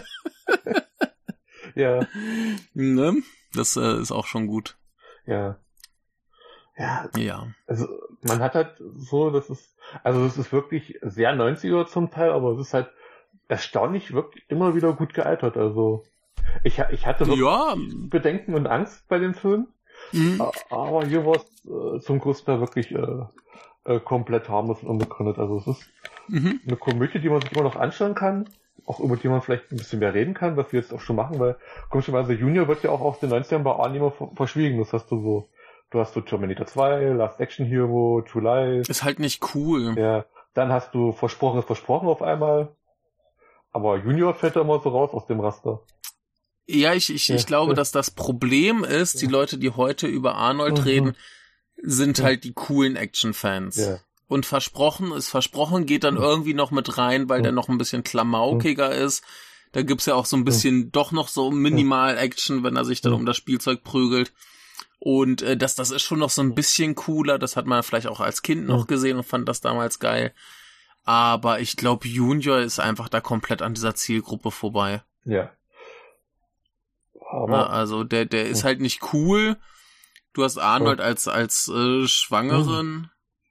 ja. Ne? Das äh, ist auch schon gut. Ja. Ja. Ja. Also man hat halt so, das ist, also es ist wirklich sehr neunziger zum Teil, aber es ist halt erstaunlich wirklich immer wieder gut gealtert. Also ich, ich hatte wirklich ja. Bedenken und Angst bei dem Film, mhm. aber hier war es äh, zum Großteil wirklich äh, äh, komplett harmlos und unbegründet. Also es ist mhm. eine Komödie, die man sich immer noch anschauen kann, auch über die man vielleicht ein bisschen mehr reden kann, was wir jetzt auch schon machen, weil komischerweise Junior wird ja auch aus den neunzigern bei Arnie immer verschwiegen. Das hast du so, du hast so Terminator zwei, Last Action Hero, True Lies. Ist halt nicht cool. Ja, dann hast du Versprochenes Versprochen auf einmal. Aber Junior fällt da immer so raus aus dem Raster. Ja, ich, ich, ja. ich glaube, dass das Problem ist, die Leute, die heute über Arnold mhm. reden, sind ja. halt die coolen Action-Fans. Ja. Und Versprochen ist Versprochen, geht dann mhm. irgendwie noch mit rein, weil mhm. der noch ein bisschen klamaukiger mhm. ist. Da gibt's ja auch so ein bisschen mhm. doch noch so minimal Action, wenn er sich dann mhm. um das Spielzeug prügelt. Und äh, das, das ist schon noch so ein bisschen cooler. Das hat man vielleicht auch als Kind noch gesehen und fand das damals geil. Aber ich glaube, Junior ist einfach da komplett an dieser Zielgruppe vorbei. Ja. Aber Na, also der, der ist halt nicht cool. Du hast Arnold ja. als als äh, Schwangeren.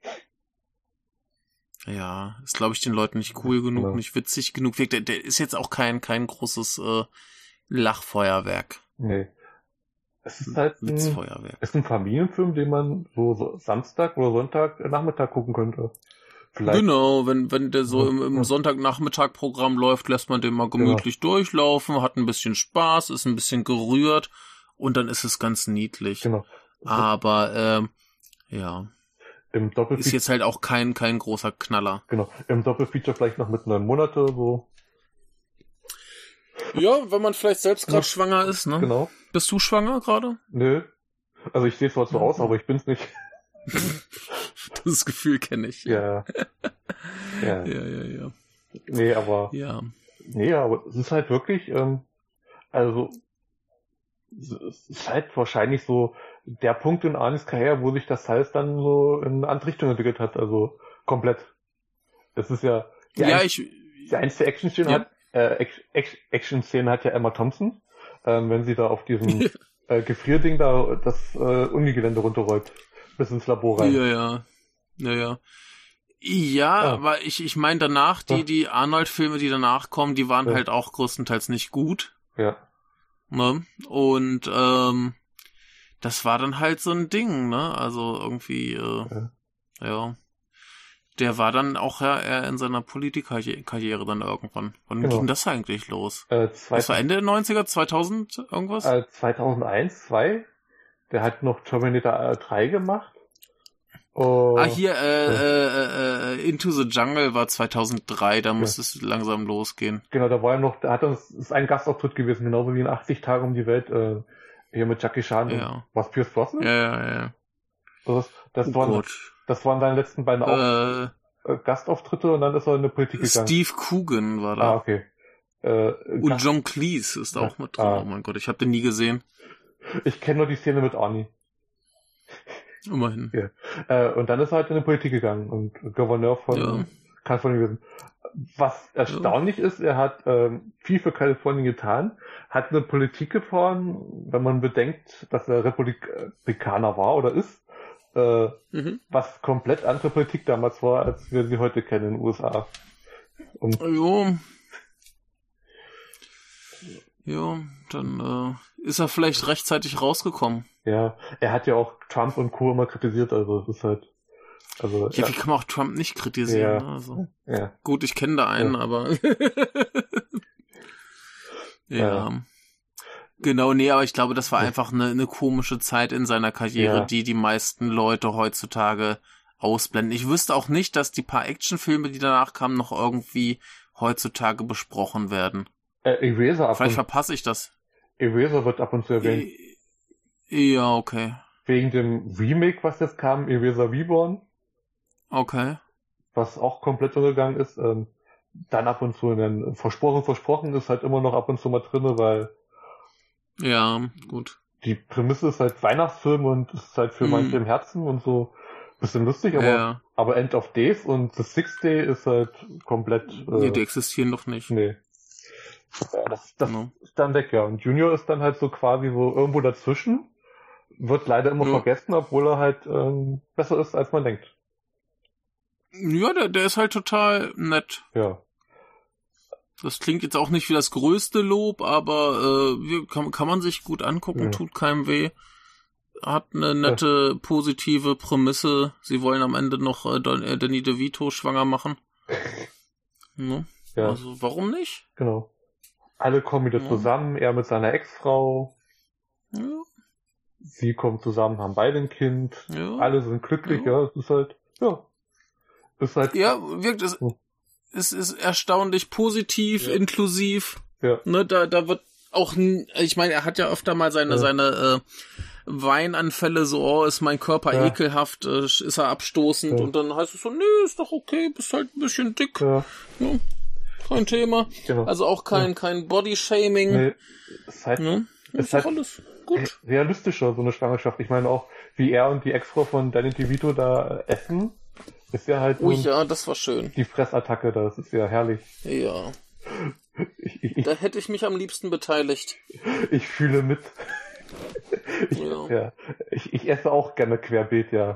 Mhm. Ja, ist glaube ich den Leuten nicht cool genug, ja. nicht witzig genug. Der, der ist jetzt auch kein kein großes äh, Lachfeuerwerk. Nee. Es ist halt ein, Witzfeuerwerk. Es ist ein Familienfilm, den man so, so Samstag oder Sonntag Nachmittag gucken könnte. Vielleicht. Genau, wenn wenn der so im, im Sonntagnachmittag-Programm läuft, lässt man den mal gemütlich genau. durchlaufen, hat ein bisschen Spaß, ist ein bisschen gerührt und dann ist es ganz niedlich. Genau. Aber ähm, ja, im ist jetzt halt auch kein kein großer Knaller. Genau, im Doppelfeature vielleicht noch mit neun Monate so. Ja, wenn man vielleicht selbst gerade ja. schwanger ist, ne? Genau. Bist du schwanger gerade? Nö. Also ich sehe zwar so aus, aber ich bin's nicht. Das Gefühl kenne ich. Ja. Ja. ja, ja, ja. Nee, aber. Ja. Nee, aber es ist halt wirklich, ähm, also es ist halt wahrscheinlich so der Punkt in Arnis Karriere, wo sich das halt dann so in eine andere Richtung entwickelt hat, also komplett. Das ist ja die, ja, ein, ich, die einzige Action-Szene ja. hat, äh, Action-Szene hat ja Emma Thompson, ähm, wenn sie da auf diesem äh, Gefrierding da das äh, Unigelände runterrollt, bis ins Labor rein. Ja, ja. Ja, ja. Ja, ah. aber ich, ich meine danach, die, die Arnold-Filme, die danach kommen, die waren ja. halt auch größtenteils nicht gut. Ja. Ne? Und ähm, das war dann halt so ein Ding, ne? Also irgendwie, äh, ja. ja. Der war dann auch ja eher in seiner Politikkarriere dann irgendwann. Wann genau. ging das eigentlich los? Äh, das war Ende der neunziger, zweitausend irgendwas? Äh, zweitausendeins, zwei Der hat noch Terminator drei gemacht. Oh, ah, hier, äh, ja. äh, äh, Into the Jungle war zweitausenddrei, da muss ja. es langsam losgehen. Genau, da war er noch, da hat er, ist ein Gastauftritt gewesen, genauso wie in achtzig Tagen um die Welt, äh, hier mit Jackie Chan ja. und was, Pierce Brosnan? Ja, ja, ja. Das, das, oh waren, Gott. das waren seine letzten beiden Auf- äh, Gastauftritte und dann ist er in die Politik gegangen. Steve Coogan war da. Ah, okay. Äh, und Gast- John Cleese ist da ja. auch mit drin, ah. oh mein Gott, ich habe den nie gesehen. Ich kenne nur die Szene mit Arnie. Immerhin. Ja. Äh, und dann ist er halt in die Politik gegangen und Gouverneur von ja. Kalifornien gewesen. Was erstaunlich ja. ist, er hat ähm, viel für Kalifornien getan, hat eine Politik gefahren, wenn man bedenkt, dass er Republikaner war oder ist, äh, mhm. was komplett andere Politik damals war, als wir sie heute kennen in den U S A. Und jo. Ja, dann äh, ist er vielleicht rechtzeitig rausgekommen. Ja, er hat ja auch Trump und Co. immer kritisiert, also es ist halt... Also, ja, ja, wie kann man auch Trump nicht kritisieren? Ja, also, ja. Gut, ich kenne da einen, ja. aber... ja. ja. Genau, nee, aber ich glaube, das war ja. einfach eine, eine komische Zeit in seiner Karriere, ja. die die meisten Leute heutzutage ausblenden. Ich wüsste auch nicht, dass die paar Actionfilme, die danach kamen, noch irgendwie heutzutage besprochen werden. Äh, Eraser ab Vielleicht verpasse ich das. Eraser wird ab und zu erwähnt. Ja, okay. Wegen dem Remake, was jetzt kam, Eraser Reborn. Okay. Was auch komplett untergegangen ist. Ähm, dann ab und zu in den Versprochen, Versprochen ist halt immer noch ab und zu mal drinne, weil ja, gut. Die Prämisse ist halt Weihnachtsfilm und ist halt für mm. manche im Herzen und so bisschen lustig, aber, ja. aber End of Days und The Sixth Day ist halt komplett... Äh, nee, die existieren doch nicht. Nee. Ja, das das no. ist dann weg, ja. Und Junior ist dann halt so quasi so irgendwo dazwischen. Wird leider immer ja. vergessen, obwohl er halt ähm, besser ist, als man denkt. Ja, der, der ist halt total nett. Ja. Das klingt jetzt auch nicht wie das größte Lob, aber äh, kann, kann man sich gut angucken, ja. tut keinem weh. Hat eine nette, ja. positive Prämisse. Sie wollen am Ende noch äh, Danny DeVito schwanger machen. Ne? Ja. Also, warum nicht? Genau. Alle kommen wieder ja. zusammen, er mit seiner Ex-Frau. Ja. Sie kommen zusammen, haben beide ein Kind. Ja. Alle sind glücklich, ja. ja. Es ist halt, ja. Ist halt. Ja, wirkt es. Hm. Es ist erstaunlich positiv, ja. inklusiv. Ja. Ne, da, da wird auch, ich meine, er hat ja öfter mal seine, ja. seine äh, Weinanfälle, so, oh, ist mein Körper ja. ekelhaft, äh, ist er abstoßend ja. und dann heißt es so, nee, ist doch okay, bist halt ein bisschen dick. Ja. Ja, kein Thema. Genau. Also auch kein, ja. kein Body-Shaming. Nee, ist halt, ja, ist ist halt alles gut. Realistischer, so eine Schwangerschaft. Ich meine auch, wie er und die Ex-Frau von Danny DeVito da essen. Ist ja halt. Ui, ja, das war schön. Die Fressattacke, das ist ja herrlich. Ja. Ich, ich, ich, da hätte ich mich am liebsten beteiligt. Ich fühle mit. Ich, ja. ja. Ich, ich esse auch gerne querbeet, ja.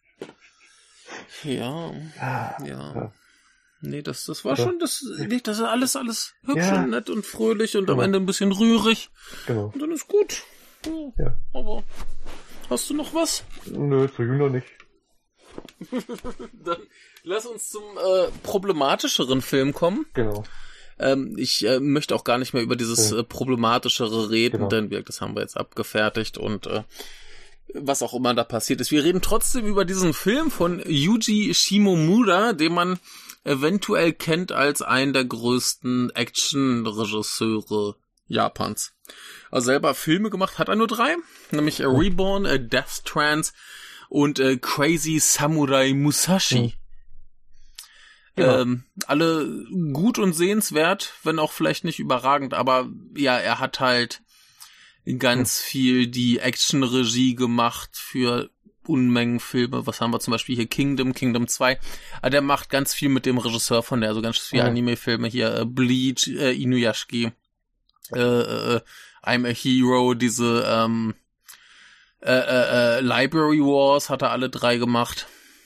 Ja. Ja. ja. Nee, das, das war ja. schon, das, das ist alles, alles hübsch ja. und nett und fröhlich und genau. am Ende ein bisschen rührig. Genau. Und dann ist gut. Ja. ja. Aber, hast du noch was? Nö, zu Junior nicht. Dann lass uns zum äh, problematischeren Film kommen. Genau. Ähm, ich äh, möchte auch gar nicht mehr über dieses ja. äh, problematischere reden, genau. denn wir, das haben wir jetzt abgefertigt und äh, was auch immer da passiert ist. Wir reden trotzdem über diesen Film von Yuji Shimomura, den man eventuell kennt als einen der größten Action-Regisseure Japans. Also selber Filme gemacht hat er nur drei, nämlich oh. Reborn, äh, Death Trance und äh, Crazy Samurai Musashi. Mhm. Ja. Ähm, alle gut und sehenswert, wenn auch vielleicht nicht überragend, aber ja, er hat halt ganz mhm. viel die Action-Regie gemacht für Unmengen Filme. Was haben wir zum Beispiel hier? Kingdom, Kingdom zwei. Aber der macht ganz viel mit dem Regisseur von der, also ganz viele mhm. Anime-Filme hier, äh, Bleach, äh, Inuyashiki, äh, äh, I'm a Hero, diese ähm, Äh, äh, äh, Library Wars hat er alle drei gemacht.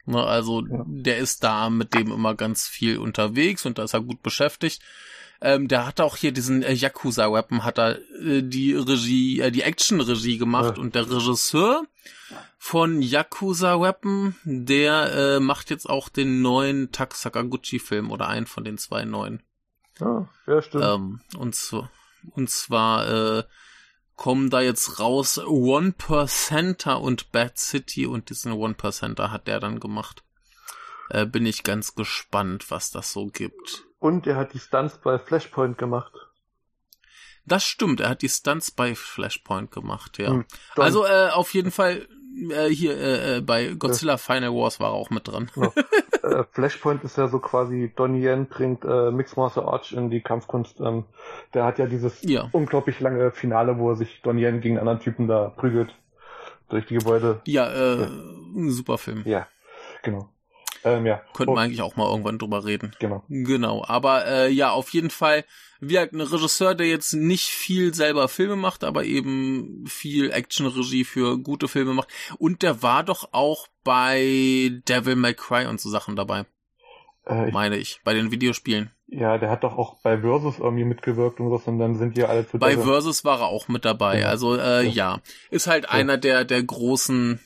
Ne, also Ja. der ist da mit dem immer ganz viel unterwegs und da ist er gut beschäftigt. Ähm, der hat auch hier diesen äh, Yakuza-Weapon, hat er äh, die Regie, äh, die Action-Regie gemacht Ja. und der Regisseur von Yakuza-Weapon, der äh, macht jetzt auch den neuen Tak Sakaguchi-Film oder einen von den zwei neuen. Ja, ja, stimmt. Ähm, und, so, und zwar äh, kommen da jetzt raus One Percenter und Bad City und diesen One Percenter hat der dann gemacht. Äh, bin ich ganz gespannt, was das so gibt. Und er hat die Stunts bei Flashpoint gemacht. Das stimmt, er hat die Stunts bei Flashpoint gemacht, ja. Hm, dann- Also äh, auf jeden Fall äh, hier äh, bei Godzilla Final Wars war er auch mit dran. Genau. äh, Flashpoint ist ja so quasi, Donnie Yen bringt äh, Mixed Martial Arts in die Kampfkunst. Ähm, der hat ja dieses Ja. unglaublich lange Finale, wo er sich Donnie Yen gegen einen anderen Typen da prügelt. Durch die Gebäude. Ja, äh, Ja. ein super Film. Ja, genau. Ähm, ja. Könnten Oh, wir eigentlich auch mal irgendwann drüber reden. Genau. Genau, aber äh, ja, auf jeden Fall, wie halt ein Regisseur, der jetzt nicht viel selber Filme macht, aber eben viel Action-Regie für gute Filme macht. Und der war doch auch bei Devil May Cry und so Sachen dabei, Äh, ich, meine ich, bei den Videospielen. ja, der hat doch auch bei Versus irgendwie mitgewirkt und so, und dann sind die alle zu Bei Devil- Versus war er auch mit dabei, Genau. also äh, Ja. ja, ist halt Ja. einer der der großen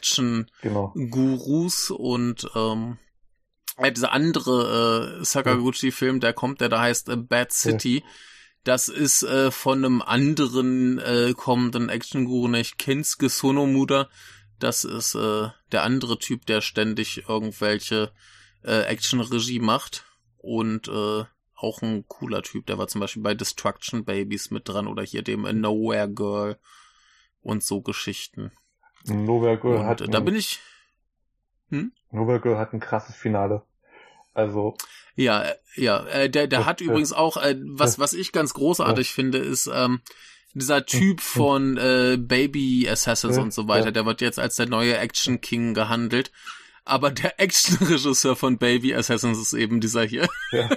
Action-Gurus Genau. und ähm, ja, dieser andere äh, Sakaguchi-Film, der kommt, der da heißt äh, Bad City. Das ist äh, von einem anderen äh, kommenden Action-Guru, nicht Kensuke Sonomura. Das ist äh, der andere Typ, der ständig irgendwelche äh, Action-Regie macht. Und äh, auch ein cooler Typ. Der war zum Beispiel bei Destruction Babies mit dran oder hier dem A Nowhere Girl und so Geschichten. Nowhere Girl Und hat äh, da ein- bin ich... Hm? Nowhere Girl hat ein krasses Finale. Also, Ja, äh, ja, äh, der, der Ja, hat ja. übrigens auch, äh, was, Ja. was ich ganz großartig finde, ist ähm, dieser Typ von äh, Baby Assassins Ja, und so weiter, ja. der wird jetzt als der neue Action King gehandelt. Aber der Action-Regisseur von Baby Assassins ist eben dieser hier. ja.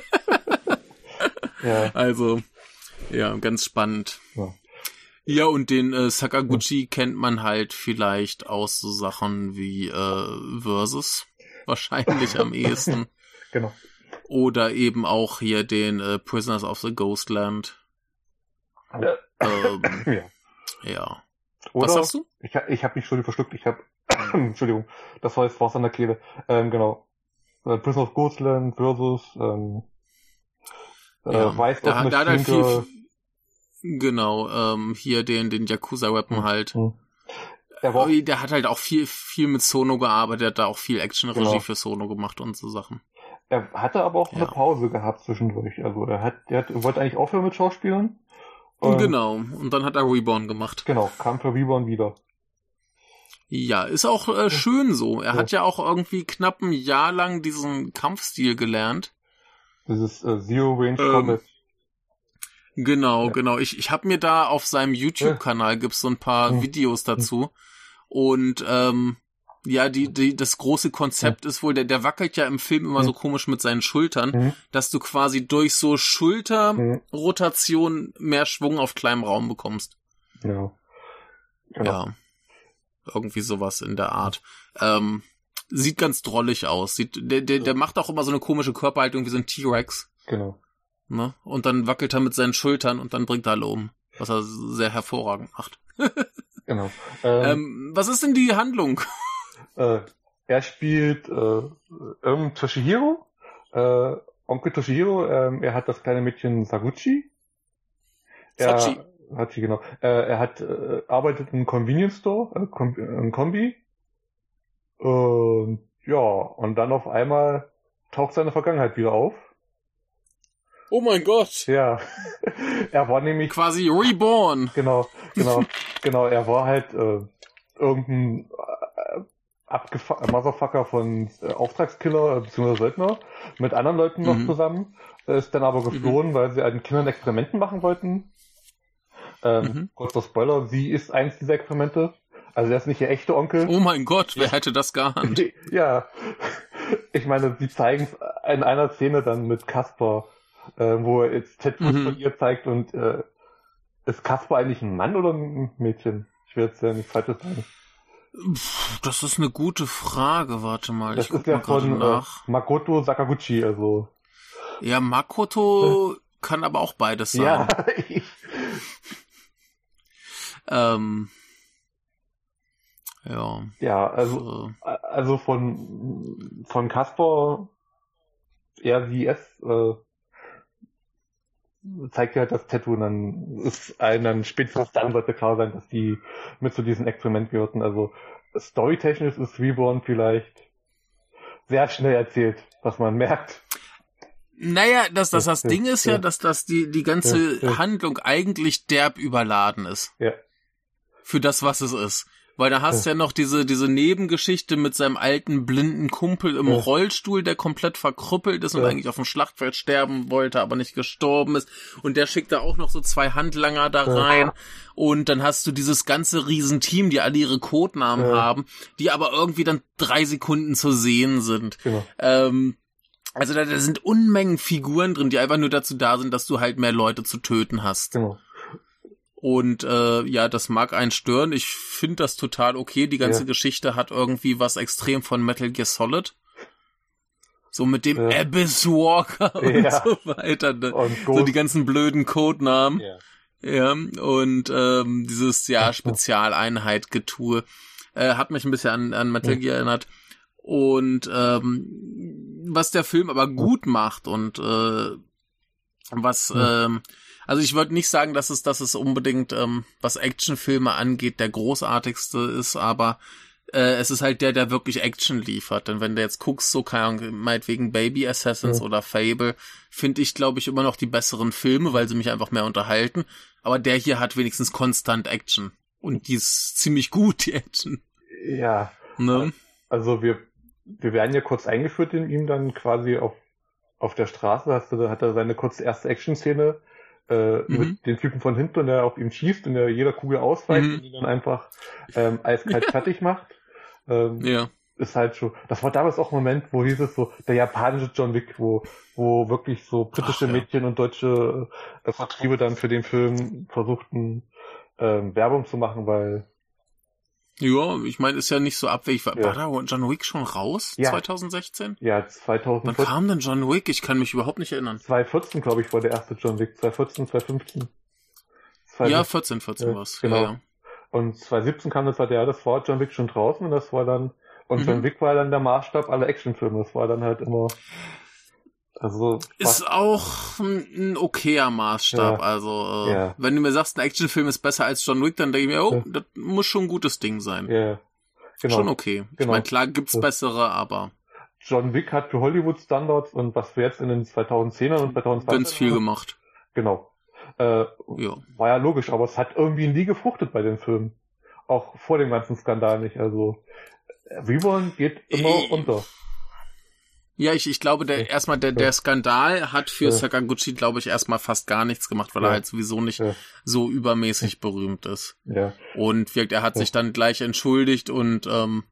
ja. Also, ja, ganz spannend. Ja. Ja, und den äh, Sakaguchi kennt man halt vielleicht aus so Sachen wie äh, Versus. Wahrscheinlich am ehesten. Genau. Oder eben auch hier den äh, Prisoners of the Ghostland. Ja. Ähm, ja. ja. Oder, Was sagst du? Ich, ha- ich habe mich schon verschluckt. Ich habe, Entschuldigung, das war jetzt was an der Kehle. Ähm, genau. Äh, Prison of Ghostland versus ähm, äh, Ja, Weiß da, of da hat halt Machine Girl. viel, genau, ähm, hier den, den Yakuza-Weapon Hm, halt. hm. Er war auch, Aber der hat halt auch viel, viel mit Sono gearbeitet, der hat da auch viel Action-Regie Genau. für Sono gemacht und so Sachen. er hatte aber auch eine Ja. Pause gehabt zwischendurch. Also er hat, er hat, er wollte eigentlich aufhören mit Schauspielern. Und Genau, und dann hat er Reborn gemacht. Genau, kam für Reborn wieder. Ja, ist auch äh, schön so. Er hat ja auch irgendwie knapp ein Jahr lang diesen Kampfstil gelernt. Dieses äh, Zero Range Ähm, Combat. Genau, Ja. genau. Ich, ich habe mir da auf seinem YouTube-Kanal gibt's so ein paar Hm. Videos dazu. Und ähm, ja, die, die, das große Konzept ist wohl, der, der wackelt ja im Film immer Hm. so komisch mit seinen Schultern, Mhm. dass du quasi durch so Mhm. Schulterrotation mehr Schwung auf kleinem Raum bekommst. Ja. Genau. Ja. Irgendwie sowas in der Art. Ähm, sieht ganz drollig aus. Sieht, der, der, der macht auch immer so eine komische Körperhaltung wie so ein T-Rex. Genau. Ne? Und dann wackelt er mit seinen Schultern und dann bringt er alle um. Was er sehr hervorragend macht. Genau. Ähm, Ähm, was ist denn die Handlung? äh, er spielt äh, ähm, Toshihiro. Äh, Onkel Toshihiro. Ähm, er hat das kleine Mädchen Saguchi. Er, Sachi. Sachi, genau. Äh, er hat äh, arbeitet im Convenience Store, äh, Com im Kombi. Und ja, und dann auf einmal taucht seine Vergangenheit wieder auf. Oh mein Gott. Ja, er war nämlich, Quasi reborn. genau, genau, genau, er war halt äh, irgendein äh, abgefa- Motherfucker von äh, Auftragskiller äh, bzw. Söldner mit anderen Leuten noch Mhm. zusammen, äh, ist dann aber geflohen, weil sie an den Kindern Experimenten machen wollten. Ähm, Mhm. Kurzer Spoiler, sie ist eins dieser Experimente. Also er ist nicht ihr echter Onkel. Oh mein Gott, wer hätte das geahnt? Ja, ich meine, sie zeigen es in einer Szene dann mit Kasper, äh, wo er jetzt Tattoos Mhm. von ihr zeigt und äh, ist Kasper eigentlich ein Mann oder ein Mädchen? Ich will jetzt ja nicht falsches sagen. Das ist eine gute Frage, warte mal. Das ich guck ist ja mal gerade von nach. Äh, Makoto Sakaguchi, also. Ja, Makoto kann aber auch beides sein. Ja. ähm, ja. Ja, also, So. also von, von Casper R V S, äh, zeigt ja halt das Tattoo und dann ist einem dann spätestens dann sollte klar sein, dass die mit zu diesem Experiment gehörten. Also storytechnisch ist Reborn vielleicht sehr schnell erzählt, was man merkt. Naja, das, das, das Ja, Ding ist ja, ja. dass das die, die ganze Ja, ja. Handlung eigentlich derb überladen ist. Ja, Für das, was es ist. Weil da hast du ja noch diese, diese Nebengeschichte mit seinem alten blinden Kumpel im Ja. Rollstuhl, der komplett verkrüppelt ist und Ja. eigentlich auf dem Schlachtfeld sterben wollte, aber nicht gestorben ist. Und der schickt da auch noch so zwei Handlanger da Ja. rein. Und dann hast du dieses ganze Riesenteam, die alle ihre Codenamen Ja. haben, die aber irgendwie dann drei Sekunden zu sehen sind. genau. Ähm, also da, da sind Unmengen Figuren drin, die einfach nur dazu da sind, dass du halt mehr Leute zu töten hast. Genau. Und äh, ja, das mag einen stören. Ich finde das total okay. Die ganze Ja. Geschichte hat irgendwie was extrem von Metal Gear Solid. So mit dem Ja. Abyss Walker und Ja. so weiter. Ne? Und So Ghost, die ganzen blöden Codenamen. ja. Ja, und ähm, dieses ja Spezialeinheit-Getue äh, hat mich ein bisschen an, an Metal Gear erinnert. Und ähm, was der Film aber gut macht und äh, was, Ja. ähm, also ich würde nicht sagen, dass es, dass es unbedingt, ähm, was Actionfilme angeht, der großartigste ist, aber äh, es ist halt der, der wirklich Action liefert. Denn wenn du jetzt guckst, so keine Ahnung, meinetwegen Baby Assassins Ja. oder Fable, finde ich, glaube ich, immer noch die besseren Filme, weil sie mich einfach mehr unterhalten. Aber der hier hat wenigstens konstant Action. Und die ist ziemlich gut, die Action. Ja, Ne? also wir, wir werden ja kurz eingeführt in ihm dann quasi auf, auf der Straße, hast du, hat er seine kurze erste Action-Szene äh, Mhm. mit den Typen von hinten und der auf ihm schießt und der jeder Kugel ausweicht Mhm. und ihn dann einfach ähm, eiskalt fertig macht. Ähm, Ja. Ist halt schon, das war damals auch ein Moment, wo hieß es so, der japanische John Wick, wo, wo wirklich so britische Ach, ja. Mädchen und deutsche äh, Vertriebe dann für den Film versuchten, ähm, Werbung zu machen, weil, Ja, ich meine, ist ja nicht so abwegig. War, Ja. war da John Wick schon raus? Ja. zwanzig sechzehn? ja, Wann zweitausendvierzehn, kam denn John Wick? Ich kann mich überhaupt nicht erinnern. zweitausendvierzehn, glaube ich, war der erste John Wick, zweitausendvierzehn, zweitausendfünfzehn. Ja, zweitausendfünfzehn. vierzehn, vierzehn Ja, war's. genau. Ja, ja. Und zweitausendsiebzehn kam das halt, ja, das war John Wick schon draußen und das war dann, und Mhm. John Wick war dann der Maßstab aller Actionfilme, das war dann halt immer, also, Ist auch ein, ein okayer Maßstab. Ja. Also, äh, Ja. wenn du mir sagst, ein Actionfilm ist besser als John Wick, dann denke ich mir, oh, Ja. das muss schon ein gutes Ding sein. ja, genau. Schon okay. Ich Genau. meine, klar gibt's Ja. bessere, aber John Wick hat für Hollywood-Standards und was wir jetzt in den zweitausendzehnern und zweitausendzwanzig ganz viel gemacht. Genau. Äh, Ja. war ja logisch, aber es hat irgendwie nie gefruchtet bei den Filmen. Auch vor dem ganzen Skandal nicht. Also Reborn geht immer Äh, unter. Ja, ich, ich glaube, der Ja. erstmal der, Ja. der Skandal hat für Ja. Sakaguchi, glaube ich, erstmal fast gar nichts gemacht, weil Ja. er halt sowieso nicht Ja. so übermäßig berühmt ist. Ja. Und wirkt, er hat Ja. sich dann gleich entschuldigt und ähm,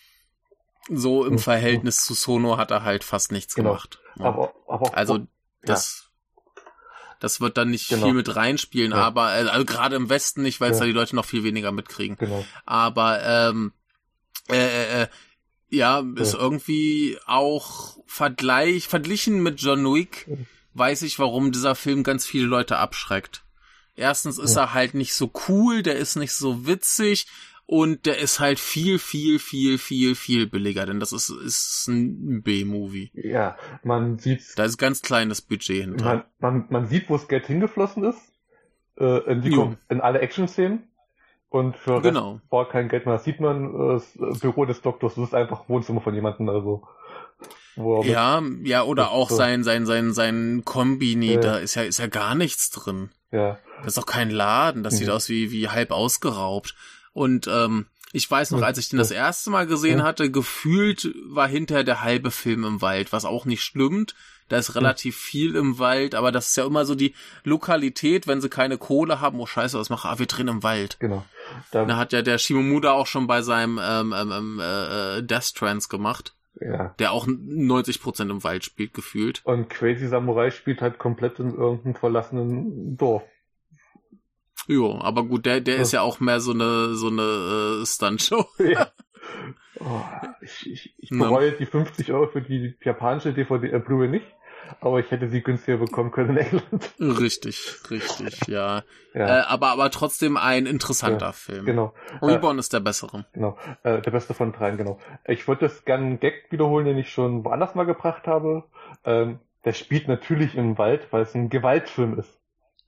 so im Ja. Verhältnis zu Sono hat er halt fast nichts Genau. gemacht. Ja. Aber, aber Also das, das wird dann nicht Genau. viel mit reinspielen, Ja. aber äh, also gerade im Westen nicht, weil es Ja. da die Leute noch viel weniger mitkriegen. genau. Aber ähm, äh, äh, äh, ja, ist Ja. irgendwie auch Vergleich, verglichen mit John Wick, Ja. weiß ich, warum dieser Film ganz viele Leute abschreckt. Erstens ist Ja. er halt nicht so cool, der ist nicht so witzig und der ist halt viel, viel, viel, viel, viel billiger, denn das ist, ist ein B-Movie. Ja, man sieht, Da ist ganz kleines Budget hinter. man, man, man sieht, wo das Geld hingeflossen ist. Äh, in, die, Jo. in alle Action-Szenen. Und für Rest Genau. war kein Geld mehr. Das sieht man, äh, das Büro des Doktors, das ist einfach Wohnzimmer von jemandem, also. Wo er mit- Ja, ja, oder Das auch so. sein, sein, sein, sein Kombini, Ja. da ist ja, ist ja gar nichts drin. ja. Das ist doch kein Laden, das sieht Mhm. aus wie, wie halb ausgeraubt. Und ähm, ich weiß noch, Ja. als ich den das erste Mal gesehen Ja. hatte, gefühlt war hinterher der halbe Film im Wald, was auch nicht stimmt. Da ist relativ viel im Wald, aber das ist ja immer so die Lokalität, wenn sie keine Kohle haben, oh scheiße, was machen? Ah, wir drehen im Wald. Genau. Da, Da hat ja der Shimomura auch schon bei seinem ähm, ähm, äh, Death Trance gemacht, ja. der auch neunzig Prozent im Wald spielt, gefühlt. Und Crazy Samurai spielt halt komplett in irgendeinem verlassenen Dorf. Jo, aber gut, der, der ist ja auch mehr so eine, so eine äh, Stuntshow. Ja. Oh, ich ich, ich bereue die fünfzig Euro für die japanische D V D äh, Blu-ray nicht, aber ich hätte sie günstiger bekommen können in England. Richtig, richtig, ja. Ja. Äh, aber, aber trotzdem ein interessanter Ja, Film. Genau. Reborn Äh, ist der bessere. Genau. Äh, der beste von dreien, genau. Ich wollte das gerne einen Gag wiederholen, den ich schon woanders mal gebracht habe. Ähm, der spielt natürlich im Wald, weil es ein Gewaltfilm ist.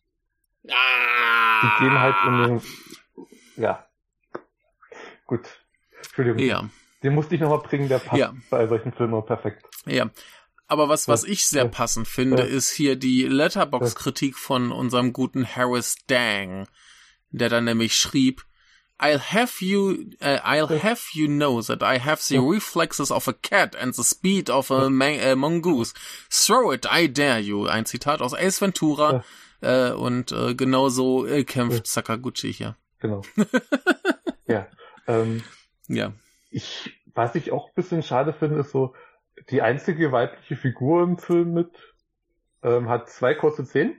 Ah! Die gehen halt in den... Ja. Gut. Entschuldigung. Ja. Den musste ich nochmal bringen, der passt Ja. bei solchen Filmen auch perfekt. Ja. Aber was, was Ja. ich sehr Ja. passend finde, Ja. ist hier die Letterboxd-Kritik von unserem guten Harris Dang, der dann nämlich schrieb, I'll have you, uh, I'll Ja. have you know that I have the Ja. reflexes of a cat and the speed of a man- uh, mongoose. Throw it, I dare you. Ein Zitat aus Ace Ventura. Äh, und äh, genauso äh, kämpft Ja. Sakaguchi hier. Genau. Ja. Ähm, Ja. ich, was ich auch ein bisschen schade finde, ist so, die einzige weibliche Figur im Film mit ähm, hat zwei kurze Szenen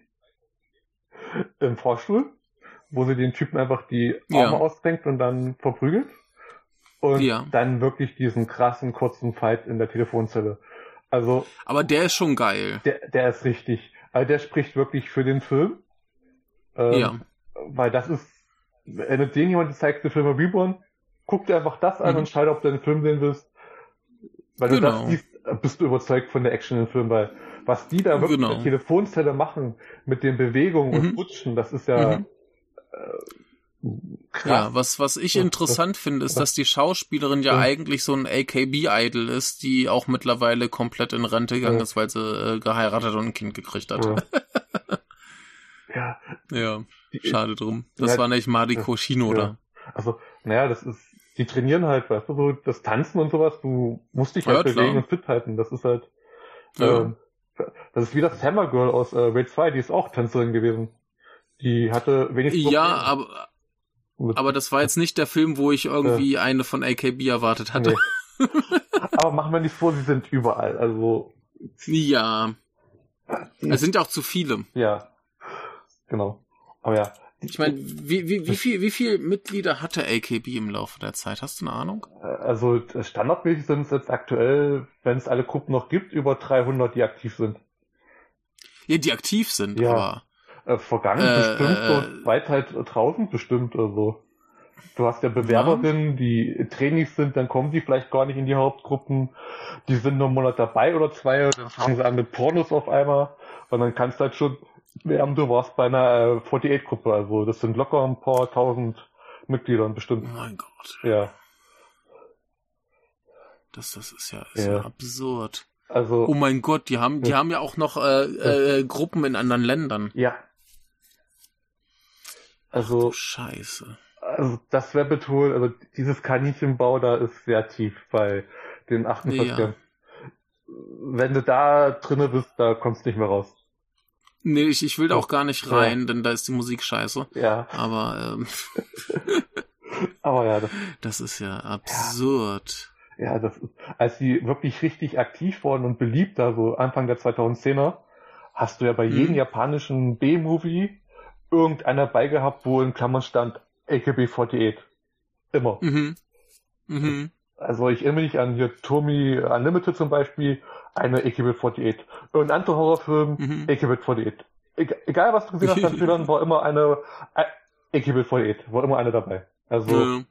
im Fahrstuhl, wo sie den Typen einfach die Arme Ja. ausrenkt und dann verprügelt. Und Ja. dann wirklich diesen krassen, kurzen Fight in der Telefonzelle. Also, Aber der ist schon geil. der, der ist richtig. Also der spricht wirklich für den Film. Ähm, Ja. Weil das ist, wenn du den jemand zeigst, der Film Reborn, guck dir einfach das an Mhm. und entscheide, ob du den Film sehen willst. Weil du Genau. das siehst, bist du überzeugt von der Action im Film, weil was die da wirklich Genau. in der Telefonzelle machen, mit den Bewegungen Mhm. und Rutschen, das ist ja Mhm. äh, krass. Ja, was, was ich Ja, interessant finde, ist, ja. dass die Schauspielerin ja Ja. eigentlich so ein A K B-Idol ist, die auch mittlerweile komplett in Rente gegangen Ja. ist, weil sie äh, geheiratet und ein Kind gekriegt hat. Ja. ja, Ja, die, schade drum. Das Ja, war nicht Mariko Shinoda. ja. Also, naja, das ist, die trainieren halt, weißt du, so das Tanzen und sowas, du musst dich Ja, halt bewegen klar. und fit halten, das ist halt, Ja. ähm, das ist wie das Hammer Girl aus äh, Raid zwei, die ist auch Tänzerin gewesen. Die hatte wenigstens Ja, aber, mit, aber das war jetzt nicht der Film, wo ich irgendwie eine von A K B erwartet hatte. nee. Aber machen wir nicht vor, sie sind überall, also, Ja. Es sind ja auch zu viele. ja, genau. Aber ja. Ich meine, wie, wie, wie viel, wie viel Mitglieder hatte A K B im Laufe der Zeit? Hast du eine Ahnung? Also standardmäßig sind es jetzt aktuell, wenn es alle Gruppen noch gibt, über dreihundert, die aktiv sind. Ja, die aktiv sind, Ja. aber. Äh, vergangen Äh, bestimmt äh, so zweitausend bestimmt oder so. Du hast ja Bewerberinnen, die Trainees sind, dann kommen die vielleicht gar nicht in die Hauptgruppen. Die sind nur einen Monat dabei oder zwei, dann fangen sie an mit Pornos auf einmal. Und dann kannst du halt schon werben, du warst bei einer äh, achtundvierzig-Gruppe. Also das sind locker ein paar tausend Mitgliedern Oh bestimmt. mein Gott. Ja. Das, das ist ja, ist Ja. ja absurd. Also, Oh mein Gott, die haben, die Ja. haben ja auch noch äh, äh, Gruppen in anderen Ländern. ja. Oh, Also, Scheiße. also das Rabbit Hole, also dieses Kaninchenbau da ist sehr tief bei den achtundvierzigern. Wenn du da drinne bist, da kommst du nicht mehr raus. Nee, ich, ich will da auch gar nicht Ja. rein, denn da ist die Musik scheiße. Ja, Aber ähm, aber ja, das, das ist ja absurd. ja, das ist, als sie wirklich richtig aktiv wurden und beliebt, da so Anfang der zweitausendzehner, hast du ja bei Mhm. jedem japanischen B-Movie irgendeiner bei gehabt, wo in Klammern stand A K B achtundvierzig. Immer. Mhm. Mhm. Also ich erinnere mich an hier Tommy Unlimited zum Beispiel, eine A K B achtundvierzig. Irgendein anderer Horrorfilm, Mhm. A K B achtundvierzig. Eg egal was du gesehen hast an Trailern, war immer eine A K B achtundvierzig, war immer eine dabei. Also Ja.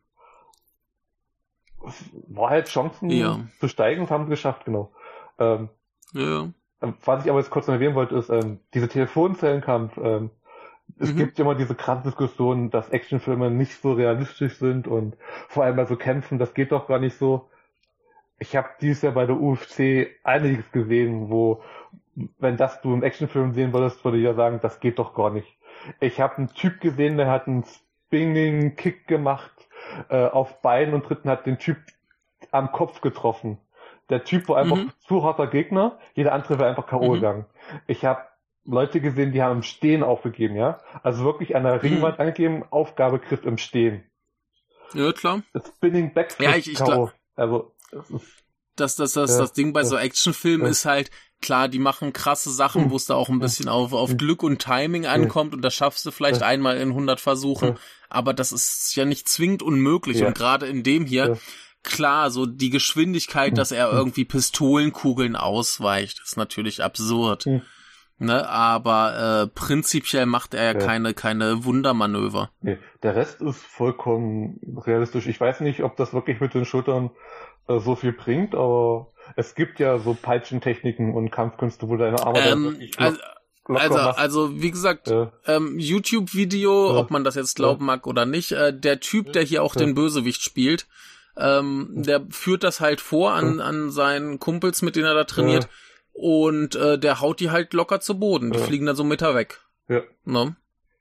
es war halt Chancen Ja. zu steigen, das haben sie geschafft, genau. Ähm, Ja. was ich aber jetzt kurz noch erwähnen wollte, ist ähm, diese Telefonzellenkampf. Ähm, es Mhm. gibt immer diese krasse Diskussion, dass Actionfilme nicht so realistisch sind und vor allem bei so Kämpfen, das geht doch gar nicht so. Ich habe dieses Jahr bei der U F C einiges gesehen, wo, wenn das du im Actionfilm sehen würdest, würde ich ja sagen, das geht doch gar nicht. Ich habe einen Typ gesehen, der hat einen Spinning Kick gemacht äh, auf Bein und dritten hat den Typ am Kopf getroffen. Der Typ war einfach Mhm. zu harter Gegner, jeder andere wäre einfach K O Mhm. gegangen. Ich habe Leute gesehen, die haben im Stehen aufgegeben, ja. Also wirklich an der Ringwand Mhm. angegeben, Aufgabe Griff im Stehen. Ja, klar. Spinning Backflip Ja, ich- ich K O. glaub- Also, das ist, das, das, das, ja, das Ding bei ja, so Actionfilmen ja. ist halt, klar, die machen krasse Sachen, Hm. wo es da auch ein bisschen auf, auf Hm. Glück und Timing ankommt und das schaffst du vielleicht Ja. einmal in hundert Versuchen, Ja. aber das ist ja nicht zwingend unmöglich Ja. und gerade in dem hier, Ja. klar, so die Geschwindigkeit, Hm. dass er Hm. irgendwie Pistolenkugeln ausweicht, ist natürlich absurd. Hm. Ne, aber äh, prinzipiell macht er ja, Ja. keine keine Wundermanöver. Nee, der Rest ist vollkommen realistisch. Ich weiß nicht, ob das wirklich mit den Schultern äh, so viel bringt, aber es gibt ja so Peitschentechniken und Kampfkünste, wo deine Arme dann Ähm, wirklich lock, also, locker also, machst. also wie gesagt, Ja. ähm, YouTube-Video, Ja. ob man das jetzt glauben mag oder nicht, äh, der Typ, der hier auch Ja. den Bösewicht spielt, ähm, der führt das halt vor an, an seinen Kumpels, mit denen er da trainiert, Ja. und äh, der haut die halt locker zu Boden. Die Ja. fliegen dann so einen Meter weg. Ja. Ne?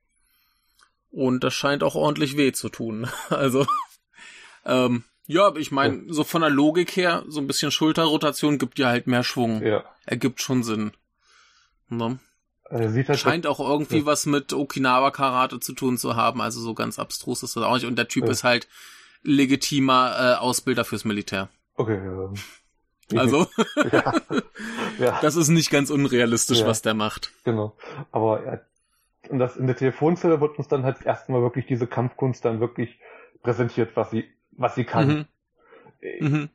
Und das scheint auch ordentlich weh zu tun. Also, ähm, ja, ich meine, so von der Logik her, so ein bisschen Schulterrotation gibt dir halt mehr Schwung. Ja. Ergibt schon Sinn. Ne? Er sieht halt Scheint auch irgendwie ja. was mit Okinawa-Karate zu tun zu haben, also so ganz abstrus ist das auch nicht. Und der Typ Ja. ist halt legitimer äh, Ausbilder fürs Militär. Okay, ja. Also, ja. Ja. das ist nicht ganz unrealistisch, Ja. was der macht. Genau. Aber ja, und das in der Telefonzelle wird uns dann halt das erste Mal wirklich diese Kampfkunst dann wirklich präsentiert, was sie, was sie kann. Mhm. Mhm.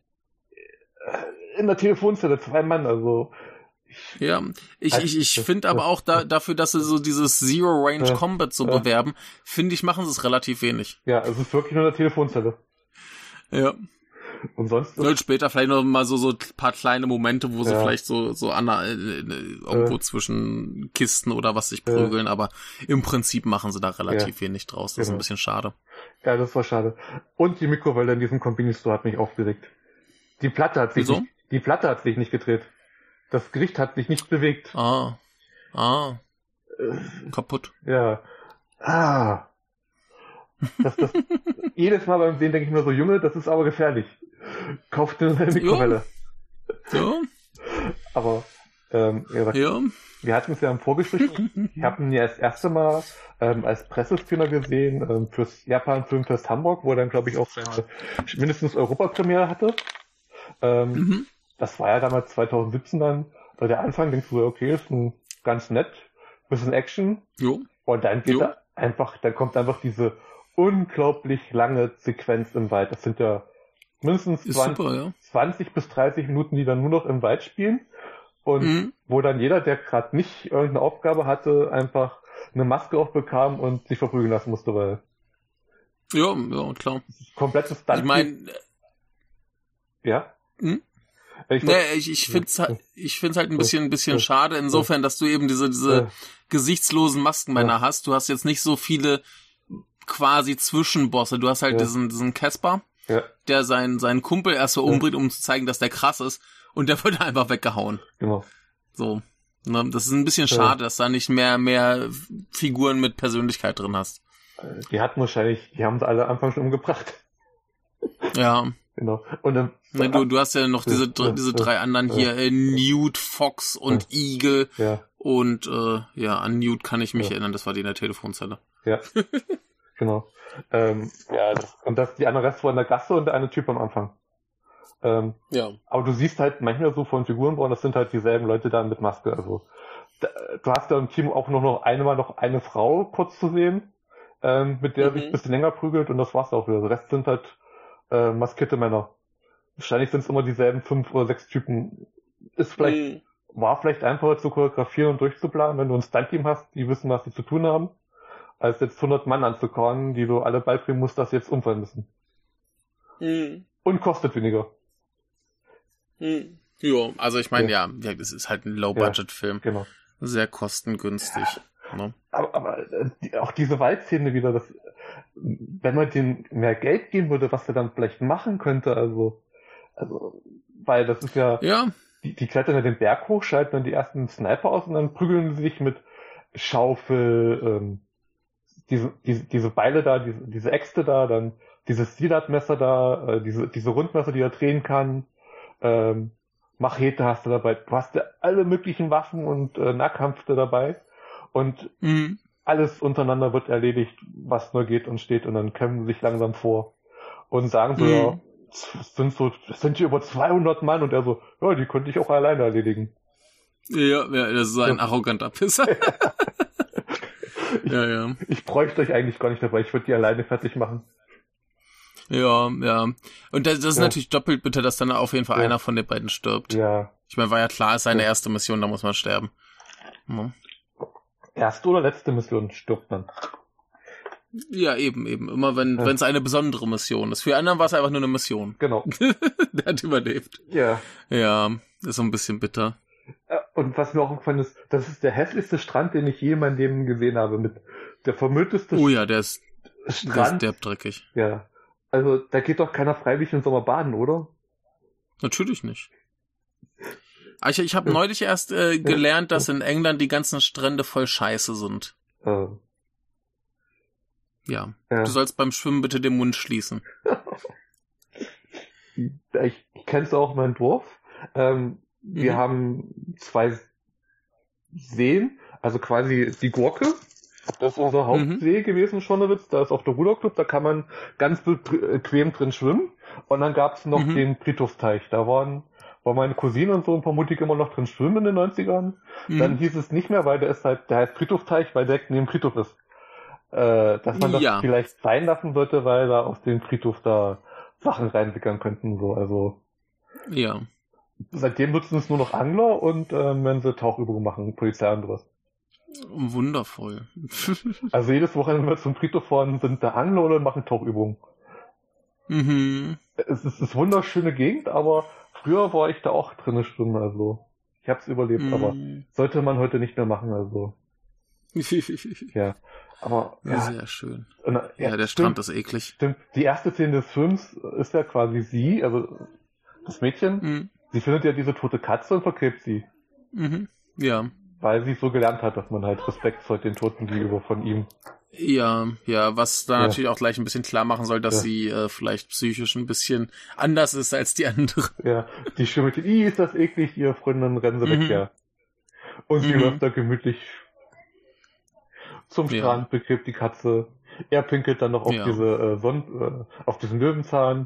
In der Telefonzelle zwei Mann, also Ja, ich, Halt- ich, ich finde aber auch da, dafür, dass sie so dieses Zero Range Ja. Combat so Ja. bewerben, finde ich, machen sie es relativ wenig. ja, es ist wirklich nur eine Telefonzelle. Ja. Und sonst Und später vielleicht noch mal so, so ein paar kleine Momente, wo sie Ja. vielleicht so, so an, äh, äh, irgendwo Ja. zwischen Kisten oder was sich Ja. prügeln, aber im Prinzip machen sie da relativ Ja. wenig draus. Das ist Genau. ein bisschen schade. ja, das war schade. Und die Mikrowelle in diesem Convenience Store hat mich aufgeregt. Die Platte hat sich Wieso? nicht, die Platte hat sich nicht gedreht. Das Gericht hat sich nicht bewegt. Ah. Ah. Äh, Kaputt. Ja. Ah. Das, das, jedes Mal beim Sehen denke ich mir so, Junge, das ist aber gefährlich. Kauft dir eine Mikrowelle. Ja. Aber ähm, ja, Ja. wir hatten es ja im Vorgespräch. Ich habe ihn ja das erste Mal ähm, als Pressescreener gesehen ähm, fürs Japan Filmfest Hamburg, wo er dann, glaube ich, auch seine mindestens Europapremiere hatte. Ähm, Mhm. Das war ja damals zwanzig siebzehn dann. Äh, Der Anfang denkst du, okay, ist ein, ganz nett, bisschen Action. Jo. Und dann geht Jo. da einfach, dann kommt einfach diese unglaublich lange Sequenz im Wald. Das sind ja mindestens Ist zwanzig, super, ja. zwanzig bis dreißig Minuten, die dann nur noch im Wald spielen. Und Mhm. wo dann jeder, der gerade nicht irgendeine Aufgabe hatte, einfach eine Maske aufbekam und sich verprügeln lassen musste, weil Ja, ja, klar. komplettes Stunt. Ich meine, ja. hm? Ich Nee, ich, ich find's halt, ich find's halt ein bisschen, ein bisschen Ja. schade, insofern, dass du eben diese, diese Ja. gesichtslosen Maskenmänner Ja. hast. Du hast jetzt nicht so viele quasi Zwischenbosse. Du hast halt Ja. diesen, diesen Casper, ja, der seinen, seinen Kumpel erst so umbringt, um zu zeigen, dass der krass ist. Und der wird einfach weggehauen. genau. So. Ne? Das ist ein bisschen Ja. schade, dass da nicht mehr, mehr Figuren mit Persönlichkeit drin hast. Äh, Die hatten wahrscheinlich, die haben sie alle am Anfang schon umgebracht. Ja. Genau. Und dann, Ne, du, du hast ja noch diese, Ja, diese ja, drei anderen ja. hier, äh, Newt, Fox und Eagle. ja, Und äh, ja, an Newt kann ich mich Ja. erinnern, das war die in der Telefonzelle. ja, genau. Ähm, ja, das, und das, die andere Rest war in der Gasse und der eine Typ am Anfang. Ähm, Ja. aber du siehst halt manchmal so von Figurenbauen, das sind halt dieselben Leute da mit Maske. Also da, du hast ja im Team auch noch, noch einmal noch eine Frau kurz zu sehen, ähm, mit der Mhm. sich ein bisschen länger prügelt und das war's auch wieder. Der Rest sind halt äh, maskierte Männer. Wahrscheinlich sind es immer dieselben fünf oder sechs Typen. Ist vielleicht, Mhm. war vielleicht einfacher zu choreografieren und durchzuplanen, wenn du ein Stunt-Team hast, die wissen, was sie zu tun haben, als jetzt hundert Mann anzukauen, die du alle beibringen musst, dass sie jetzt umfallen müssen. Mhm. Und kostet weniger. Mhm. Ja, also ich meine, ja. ja, das ist halt ein Low-Budget-Film. Genau. Sehr kostengünstig. Ne? Aber, aber äh, die, auch diese Waldszene wieder, das, wenn man denen mehr Geld geben würde, was er dann vielleicht machen könnte, also, also, weil das ist ja, Ja, die, die klettern ja den Berg hoch, schalten dann die ersten Sniper aus und dann prügeln sie sich mit Schaufel, ähm, diese, diese, diese Beile da, diese, diese Äxte da, dann dieses Silatmesser da, äh, diese, diese Rundmesser, die er drehen kann, ähm, Machete hast du dabei, du hast ja alle möglichen Waffen und äh, Nahkampfte dabei und mhm. alles untereinander wird erledigt, was nur geht und steht und dann kämpfen sie sich langsam vor und sagen so, Mhm. ja, es sind so, es sind hier über zweihundert Mann und er so, ja, die konnte ich auch alleine erledigen. Ja, ja, das ist ein ja. arroganter Pisser. ich, ja, ja. Ich bräuchte euch eigentlich gar nicht dabei, ich würde die alleine fertig machen. Ja, ja. Und das, das ist ja. natürlich doppelt bitter, dass dann auf jeden Fall ja. einer von den beiden stirbt. Ja. Ich meine, war ja klar, es ist seine ja. erste Mission, da muss man sterben. Ja. Erste oder letzte Mission stirbt man. Ja, eben, eben. Immer wenn ja. wenn es eine besondere Mission ist. Für die anderen war es einfach nur eine Mission. Genau. Der hat überlebt. Ja. Ja, ist so ein bisschen bitter. Und was mir auch gefallen ist, das ist der hässlichste Strand, den ich je in meinem Leben gesehen habe. Mit der vermüllteste Oh ja, der ist, Strand. Der ist derbdreckig. Ja. Also, da geht doch keiner freiwillig im Sommer baden, oder? Natürlich nicht. Ich, ich habe ja. neulich erst äh, gelernt, dass in England die ganzen Strände voll Scheiße sind. Äh. Ja. ja. Du sollst beim Schwimmen bitte den Mund schließen. ich ich kenne es auch in meinem Dorf. Ähm, wir mhm. haben zwei Seen, also quasi die Gurke. Das ist unser Hauptsee mhm. gewesen, Schonnewitz. Da ist auch der Ruderclub, da kann man ganz bequem drin schwimmen. Und dann gab es noch mhm. den Friedhofsteich. Da waren, war meine Cousine und so ein paar Mutige immer noch drin schwimmen in den neunzigern. Mhm. Dann hieß es nicht mehr, weil der ist halt, der heißt Friedhofsteich, weil direkt neben Friedhof ist. Äh, dass man das ja. vielleicht sein lassen sollte, weil da aus dem Friedhof da Sachen reinsickern könnten. So. Also ja. Seitdem nutzen es nur noch Angler und ähm, wenn sie Tauchübungen machen, Polizei und sowas. Wundervoll. Also jedes Wochenende, wenn wir zum Friedhof fahren, sind da Angler oder machen Tauchübungen. Mhm. Es ist eine wunderschöne Gegend, aber früher war ich da auch drinne schwimmen, also ich hab's überlebt, mhm. aber sollte man heute nicht mehr machen, also. ja, aber ja. Sehr schön. Und, ja, ja, der stimmt, Strand ist eklig. Stimmt. Die erste Szene des Films ist ja quasi sie, also das Mädchen, mhm. sie findet ja diese tote Katze und vergräbt sie. Mhm. Ja. Weil sie so gelernt hat, dass man halt Respekt vor den Toten gegenüber von ihm. Ja, ja, was da ja. natürlich auch gleich ein bisschen klar machen soll, dass ja. sie äh, vielleicht psychisch ein bisschen anders ist als die andere. Ja, die schimmelt, i, ist das eklig, ihr Freundin, rennen sie Mhm. weg, ja. Und sie Mhm. läuft da gemütlich zum Ja. Strand, begräbt die Katze. Er pinkelt dann noch auf Ja. diese äh, Sonn äh, auf diesen Löwenzahn.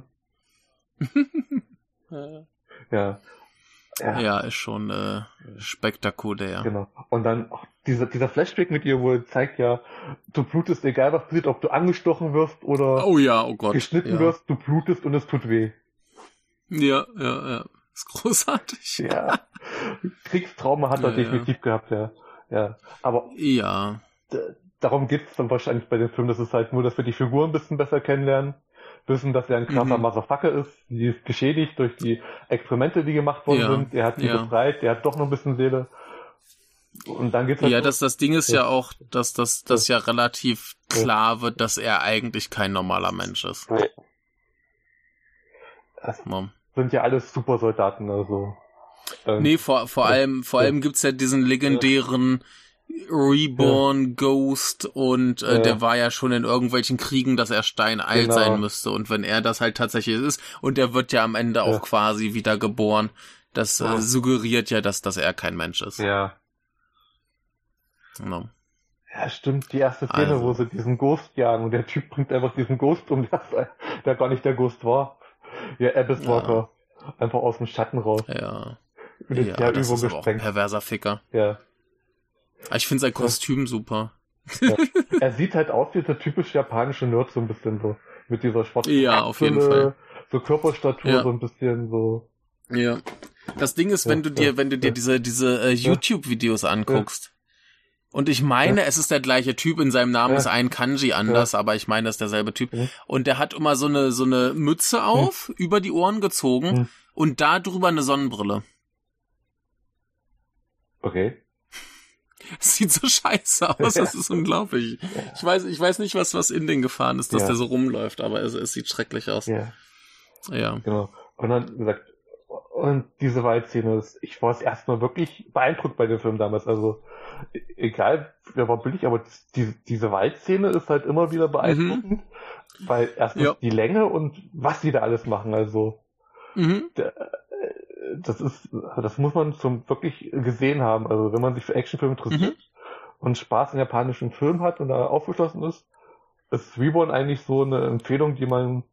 ja. ja. Ja, ist schon äh, spektakulär. Genau. Und dann auch dieser, dieser Flashback mit ihr, wo er zeigt ja, du blutest, egal was passiert, ob du angestochen wirst oder Oh ja, oh Gott. geschnitten ja. wirst, du blutest und es tut weh. Ja, ja, ja. Ist großartig. Ja. Kriegstrauma hat er Ja, definitiv ja. gehabt, ja. Ja. Aber Ja. d- darum geht's dann wahrscheinlich bei dem Film, das ist halt nur, dass wir die Figuren ein bisschen besser kennenlernen, wissen, dass er ein krasser Mhm. Motherfucker ist, die ist geschädigt durch die Experimente, die gemacht worden Ja, sind, er hat die ja. befreit, der hat doch noch ein bisschen Seele. Und dann geht's halt Ja, so- das, das Ding ist ja, Ja. auch, dass das, das ja relativ klar wird, dass er eigentlich kein normaler Mensch ist. Nee. Das Ja. sind ja alles Supersoldaten, also. Ähm, Nee, vor, vor Ja. allem, vor Ja. allem gibt's ja diesen legendären Reborn Ghost und äh, Ja. der war ja schon in irgendwelchen Kriegen, dass er steinalt Genau. sein müsste. Und wenn er das halt tatsächlich ist, und der wird ja am Ende auch Ja. quasi wieder geboren, das Ja. äh, suggeriert ja, dass, dass er kein Mensch ist. Ja. Genau. Ja, stimmt, die erste Szene, Also. wo sie diesen Ghost jagen und der Typ bringt einfach diesen Ghost um, der, der gar nicht der Ghost war. Ja, Abyss Ja. Walker. Einfach aus dem Schatten raus. Ja. Mit Ja, der das Übung ist aber auch ein gesprengt. perverser Ficker. Ja. Aber ich finde sein Kostüm super. ja. Er sieht halt aus wie der typische japanische Nerd, so ein bisschen so. Mit dieser schwarzen Ja, auf jeden Brille, Fall. so Körperstatur, Ja. so ein bisschen so. Ja. Das Ding ist, Ja, wenn du dir, ja, wenn du dir ja. diese, diese äh, YouTube-Videos anguckst, und ich meine, es ist der gleiche Typ, in seinem Namen Ja. ist ein Kanji anders, aber ich meine, es ist derselbe Typ. Mhm. Und der hat immer so eine, so eine Mütze auf, über die Ohren gezogen, Mhm. und da drüber eine Sonnenbrille. Okay. Das sieht so scheiße aus, das ist unglaublich. Ich weiß, ich weiß nicht, was, was in den gefahren ist, dass Ja. der so rumläuft, aber es, es sieht schrecklich aus. Ja. Ja. Genau. Und dann, wie gesagt, und diese Waldszene ist, ich war es erstmal wirklich beeindruckt bei dem Film damals. Also, e- egal, wer war billig, aber die, diese Waldszene ist halt immer wieder beeindruckend, weil erstens Ja. die Länge und was die da alles machen, also, Mhm. der, äh, das ist, das muss man zum wirklich gesehen haben. Also, wenn man sich für Actionfilme interessiert und Spaß in japanischen Filmen hat und da aufgeschlossen ist, ist Reborn eigentlich so eine Empfehlung, die man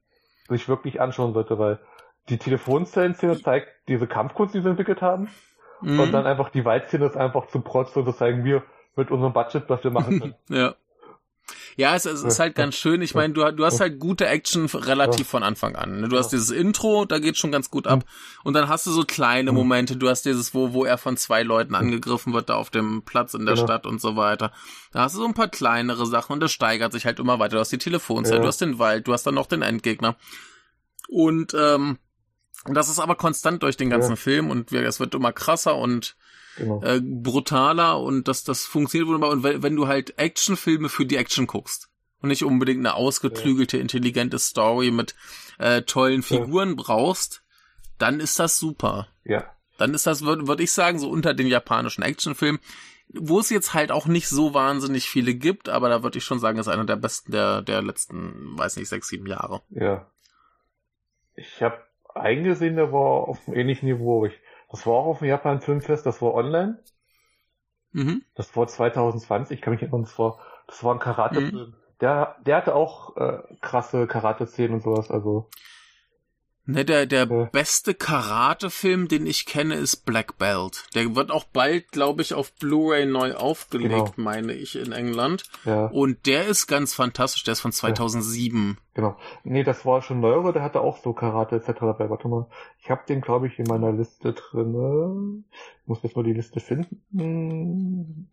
sich wirklich anschauen sollte, weil die Telefonzellenszene zeigt diese Kampfkunst, die sie entwickelt haben, mhm. und dann einfach die Waldszene ist einfach zum Protz und das zeigen wir mit unserem Budget, was wir machen können. Ja. Ja, es, es ist halt ganz schön. Ich meine, du, du hast halt gute Action relativ von Anfang an. Du hast dieses Intro, da geht schon ganz gut ab. Und dann hast du so kleine Momente. Du hast dieses, wo, wo er von zwei Leuten angegriffen wird, da auf dem Platz in der genau. Stadt und so weiter. Da hast du so ein paar kleinere Sachen und das steigert sich halt immer weiter. Du hast die Telefonzelle, ja. du hast den Wald, du hast dann noch den Endgegner. Und ähm, das ist aber konstant durch den ganzen ja. Film und es wird immer krasser und Genau. Äh, brutaler und das das funktioniert wunderbar. Und wenn, wenn du halt Actionfilme für die Action guckst und nicht unbedingt eine ausgeklügelte, ja. intelligente Story mit äh, tollen Figuren ja. brauchst, dann ist das super. Ja. Dann ist das, würde würd ich sagen, so unter den japanischen Actionfilmen, wo es jetzt halt auch nicht so wahnsinnig viele gibt, aber da würde ich schon sagen, ist einer der besten der der letzten, weiß nicht, sechs, sieben Jahre. Ja. Ich habe eingesehen, der war auf einem ähnlichen Niveau. Ich Das war auch auf dem Japan Filmfest, das war online. Mhm. Das war zwanzig zwanzig, ich kann mich erinnern, das war, das war ein Karate-Film. Mhm. Der, der hatte auch äh, krasse Karate-Szenen und sowas, also. Ne, der, der äh, beste Karate-Film, den ich kenne, ist Black Belt. Der wird auch bald, glaube ich, auf Blu-ray neu aufgelegt, genau. meine ich, in England. Ja. Und der ist ganz fantastisch, der ist von zweitausendsieben. Ja. Genau. Nee, das war schon neuere, der hatte auch so Karate et cetera dabei. Warte mal, ich habe den, glaube ich, in meiner Liste drinne. Ich muss jetzt nur die Liste finden.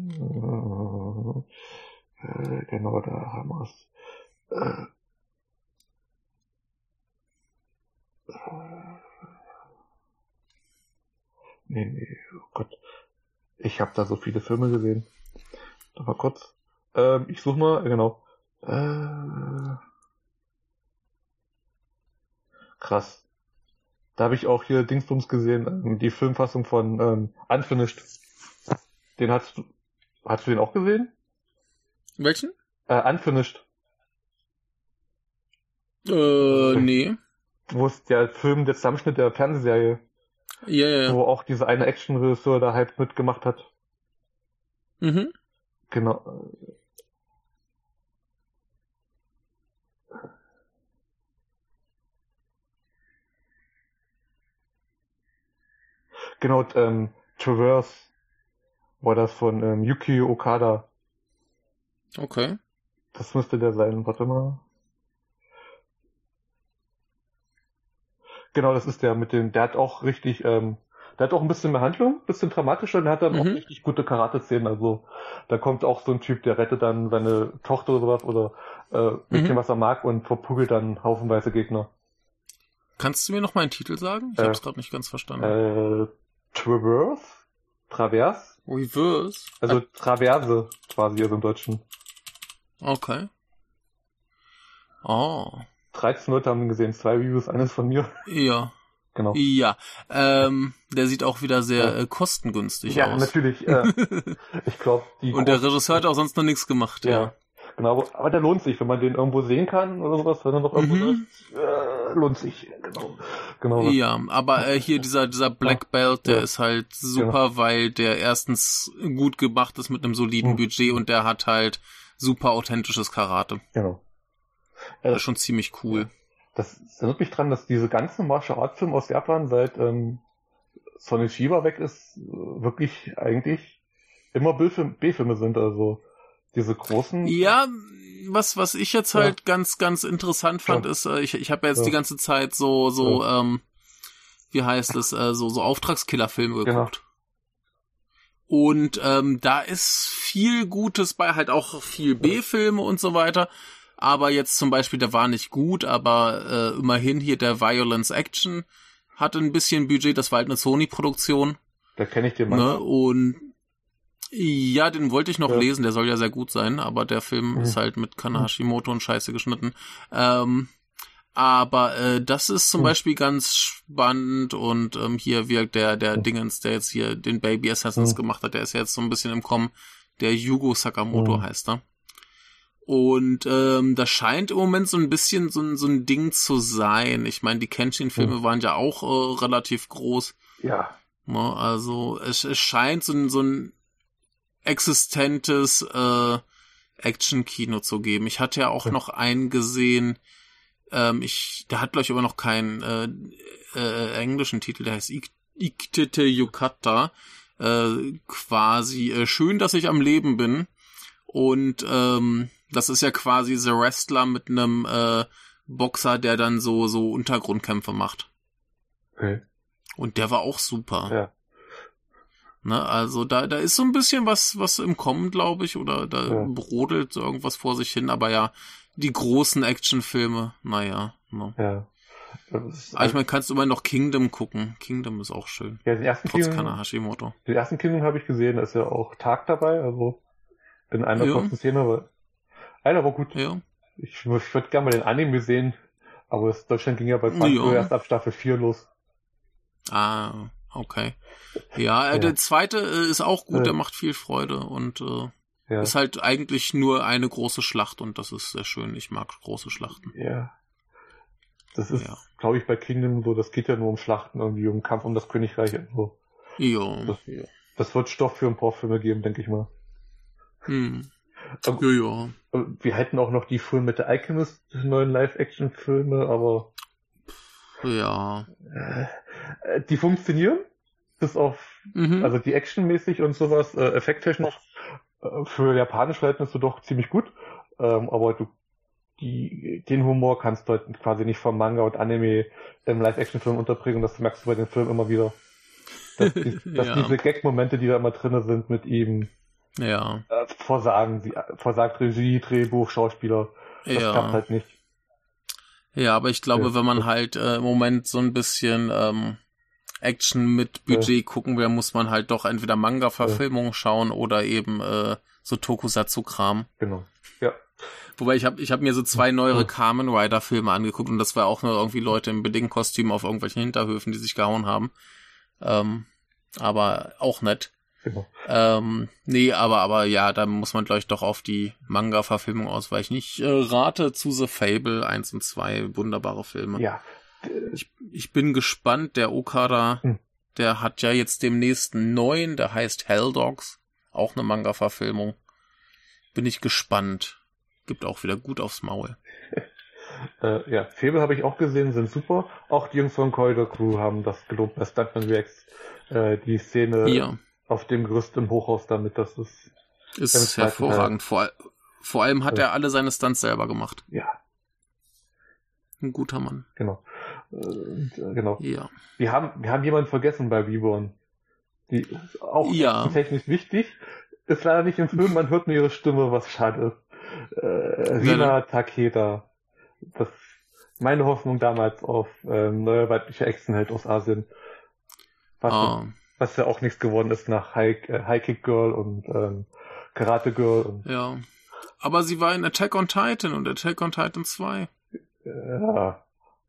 Äh, genau, da haben wir es. Äh. Nee, nee, oh Gott. Ich habe da so viele Filme gesehen. Noch mal kurz. Ähm, ich suche mal, genau. Äh, krass. Da habe ich auch hier Dingsbums gesehen, die Filmfassung von ähm, Unfinished. Den hast du, hast du den auch gesehen? Welchen? Äh, Unfinished. Äh, nee. Wo ist der Film, der Zusammenschnitt der Fernsehserie? Ja, ja, ja. Wo auch dieser eine Action-Regisseur da halt mitgemacht hat. Mhm. Genau. Genau, ähm, Traverse war das von ähm, Yuki Okada. Okay. Das müsste der sein, warte mal. Genau, das ist der mit dem, der hat auch richtig, ähm, der hat auch ein bisschen mehr Handlung, ein bisschen dramatischer, und der hat dann mhm. auch richtig gute Karate-Szenen, also da kommt auch so ein Typ, der rettet dann seine Tochter oder sowas oder äh, mit mhm. dem, was er mag, und verprügelt dann haufenweise Gegner. Kannst du mir noch mal einen Titel sagen? Ich äh, hab's gerade nicht ganz verstanden. Äh, Traverse? Traverse? Reverse? Also Traverse quasi, also im Deutschen. Okay. Oh. dreizehn Leute haben ihn gesehen, zwei Reviews, eines von mir. Ja. Genau. Ja, ähm, der sieht auch wieder sehr ja. äh, kostengünstig ja, aus. Ja, natürlich. Äh, ich glaube, die. Und der Regisseur hat auch sonst noch nichts gemacht. Ja, ja. Genau. Aber der lohnt sich, wenn man den irgendwo sehen kann oder sowas, wenn er noch irgendwo mhm. ist, äh, lohnt sich. Genau. Genau. Ja, aber äh, hier dieser dieser Black Belt, der ja. ist halt super, genau. weil der erstens gut gemacht ist mit einem soliden mhm. Budget und der hat halt super authentisches Karate. Genau. Ja, das ist schon ziemlich cool. Das erinnert mich dran, dass diese ganzen Martial Arts Filme aus Japan, seit ähm, Sonic Shiba weg ist, wirklich eigentlich immer B-Filme sind, also diese großen. Ja, was was ich jetzt halt ja. ganz ganz interessant fand, ja. ist, äh, ich ich habe ja jetzt ja. die ganze Zeit so so ja. ähm, wie heißt es, äh, so so Auftragskiller-Filme geguckt. Genau. Und ähm, da ist viel Gutes bei, halt auch viel B-Filme und so weiter. Aber jetzt zum Beispiel, der war nicht gut, aber äh, immerhin hier der Violence Action hatte ein bisschen Budget, das war halt eine Sony-Produktion. Da kenne ich den mal. Ne? Und ja, den wollte ich noch ja. lesen, der soll ja sehr gut sein, aber der Film mhm. ist halt mit Kana Hashimoto und Scheiße geschnitten. Ähm, aber äh, das ist zum mhm. Beispiel ganz spannend und ähm, hier wirkt der der mhm. Dingens, der jetzt hier den Baby Assassins mhm. gemacht hat, der ist ja jetzt so ein bisschen im Kommen, der Yugo Sakamoto mhm. heißt er. Und ähm, das scheint im Moment so ein bisschen so ein, so ein Ding zu sein. Ich meine, die Kenshin-Filme mhm. waren ja auch äh, relativ groß. Ja. Ne, also es, es scheint so ein, so ein existentes äh, Action-Kino zu geben. Ich hatte ja auch ja. noch einen gesehen, Ähm, ich, der hat, glaube ich, aber noch keinen äh, äh, englischen Titel, der heißt Ik- Iktete Yukata. Äh, quasi äh, schön, dass ich am Leben bin. Und ähm, das ist ja quasi The Wrestler mit einem äh, Boxer, der dann so so Untergrundkämpfe macht. Okay. Und der war auch super. Ja. Ne, also da da ist so ein bisschen was was im Kommen, glaube ich, oder da Ja. brodelt so irgendwas vor sich hin, aber ja, die großen Actionfilme, naja. Ne. Ja. Das ist Aber ich meine, kannst du immer noch Kingdom gucken. Kingdom ist auch schön. ja, den ersten Trotz Kingdom, Kana Hashimoto. den ersten Kingdom habe ich gesehen, da ist ja auch Tag dabei, also in einer Ja. kurzen Szene, aber einer war gut. Ja. Ich, ich würde gerne mal den Anime sehen, aber es, Deutschland ging ja bei Franco Ja. erst ab Staffel vier los. Ah, okay. Ja, äh, Ja. der zweite äh, ist auch gut, Ja. der macht viel Freude und äh, Ja. ist halt eigentlich nur eine große Schlacht und das ist sehr schön. Ich mag große Schlachten. Ja. Das ist, Ja. glaube ich, bei Kingdom so, das geht ja nur um Schlachten, irgendwie um Kampf um das Königreich und so. Ja. Das, das wird Stoff für ein paar Filme geben, denke ich mal. Hm. Aber- Ja, ja. Wir hätten auch noch die Filme mit der Alchemist, die neuen Live-Action-Filme, aber Ja. äh, die funktionieren. Bis auf, Mhm. also die actionmäßig und sowas, äh, effekttechnisch, äh, für japanische Verhältnisse doch ziemlich gut. Ähm, aber du, die, den Humor kannst du halt quasi nicht vom Manga und Anime im Live-Action-Film unterbringen. Das merkst du bei den Filmen immer wieder. Dass, die, dass Ja. diese Gag-Momente, die da immer drin sind mit ihm, Ja. äh, versagen, sie, versagt Regie, Drehbuch, Schauspieler. Das Ja. klappt halt nicht. Ja, aber ich glaube, Ja. wenn man halt äh, im Moment so ein bisschen ähm, Action mit Budget gucken will, muss man halt doch entweder Manga-Verfilmungen schauen oder eben äh, so Tokusatsu-Kram. Genau. Ja. Wobei ich habe ich hab mir so zwei neuere Ja. Kamen Rider Filme angeguckt und das war auch nur irgendwie Leute in Bedingkostümen auf irgendwelchen Hinterhöfen, die sich gehauen haben. Ähm, aber auch nett. Genau. Ähm, nee, aber aber ja, da muss man gleich doch auf die Manga-Verfilmung ausweichen. Ich äh, rate zu The Fable eins und zwei, wunderbare Filme. Ja. Ich, ich bin gespannt, der Okada, Hm. der hat ja jetzt demnächst einen neuen, der heißt Hell Dogs, auch eine Manga-Verfilmung. Bin ich gespannt. Gibt auch wieder gut aufs Maul. Äh, ja, Fable habe ich auch gesehen, sind super. Auch die Jungs von Corridor Crew haben das gelobt bei Stuntman Reacts. Äh, die Szene Ja, auf dem Gerüst im Hochhaus damit, das ist, Im ist zweiten hervorragend. Vor, vor allem hat Ja. er alle seine Stunts selber gemacht. ja, Ein guter Mann. genau. Äh, und, äh, genau. Ja. Wir haben, wir haben jemanden vergessen bei Reborn. Die ist auch Ja. technisch wichtig. Ist leider nicht im Film, man hört nur ihre Stimme, was schade ist. Äh, Rina Takeda. Das meine Hoffnung damals auf ähm, neue weibliche Actionheld aus Asien. Was, Ah, was ja auch nichts geworden ist nach High, äh, High Kick Girl und ähm, Karate Girl und ja. Aber sie war in Attack on Titan und Attack on Titan zwei. äh, ja.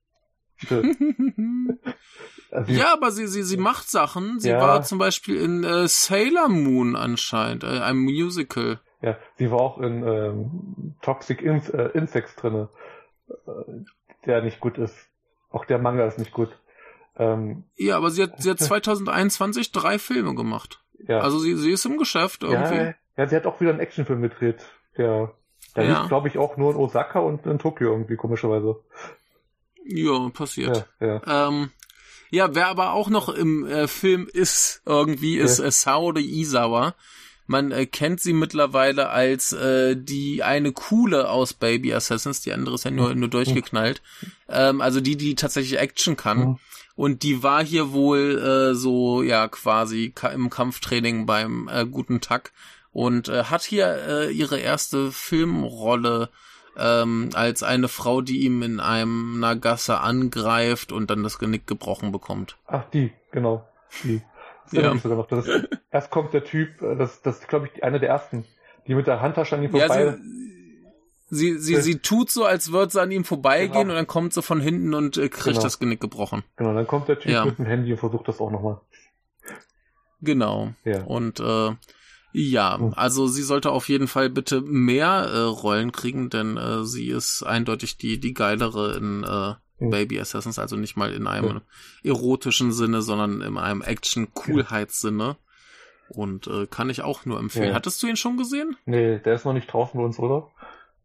Also, Ja, aber sie, sie, sie macht Sachen. Sie Ja. war zum Beispiel in äh, Sailor Moon anscheinend, äh, einem Musical. ja, sie war auch in ähm, Toxic In äh, Insects drinne, äh, der nicht gut ist. Auch der Manga ist nicht gut. Ähm, Ja, aber sie hat, sie hat zwanzig einundzwanzig drei Filme gemacht. ja. Also sie, sie ist im Geschäft irgendwie. ja, ja, sie hat auch wieder einen Actionfilm gedreht. Der, der Ja. lief, glaube ich, auch nur in Osaka und in Tokio irgendwie, komischerweise. Ja, passiert. Ja, ja. Ähm, ja, wer aber auch noch im äh, Film ist, irgendwie, ist Ja. äh, Saori Izawa. Man äh, kennt sie mittlerweile als äh, die eine coole aus Baby Assassins, die andere ist ja nur, nur durchgeknallt. Ähm, also die, die tatsächlich Action kann. Mhm. Und die war hier wohl äh, so, ja, quasi ka- im Kampftraining beim äh, guten Tag und äh, hat hier äh, ihre erste Filmrolle ähm, als eine Frau, die ihm in einem einer Gasse angreift und dann das Genick gebrochen bekommt. Ach, die, genau. Die. Das Ja. erinnere ich sogar noch. Das ist, erst kommt der Typ, äh, das, das ist, glaube ich, eine der ersten, die mit der Handtasche an ihm Ja, vorbei. sie, sie, sie, sie tut so, als würde sie an ihm vorbeigehen Genau. und dann kommt sie von hinten und äh, kriegt Genau. das Genick gebrochen. Genau, dann kommt der Typ Ja. mit dem Handy und versucht das auch nochmal. Genau. Ja. Und äh, ja, Mhm. also sie sollte auf jeden Fall bitte mehr äh, Rollen kriegen, denn äh, sie ist eindeutig die die geilere in äh, Mhm. Baby Assassins, also nicht mal in einem Ja. erotischen Sinne, sondern in einem Action-Coolheitssinne. Und äh, kann ich auch nur empfehlen. Ja. Hattest du ihn schon gesehen? Nee, der ist noch nicht draußen bei uns, oder?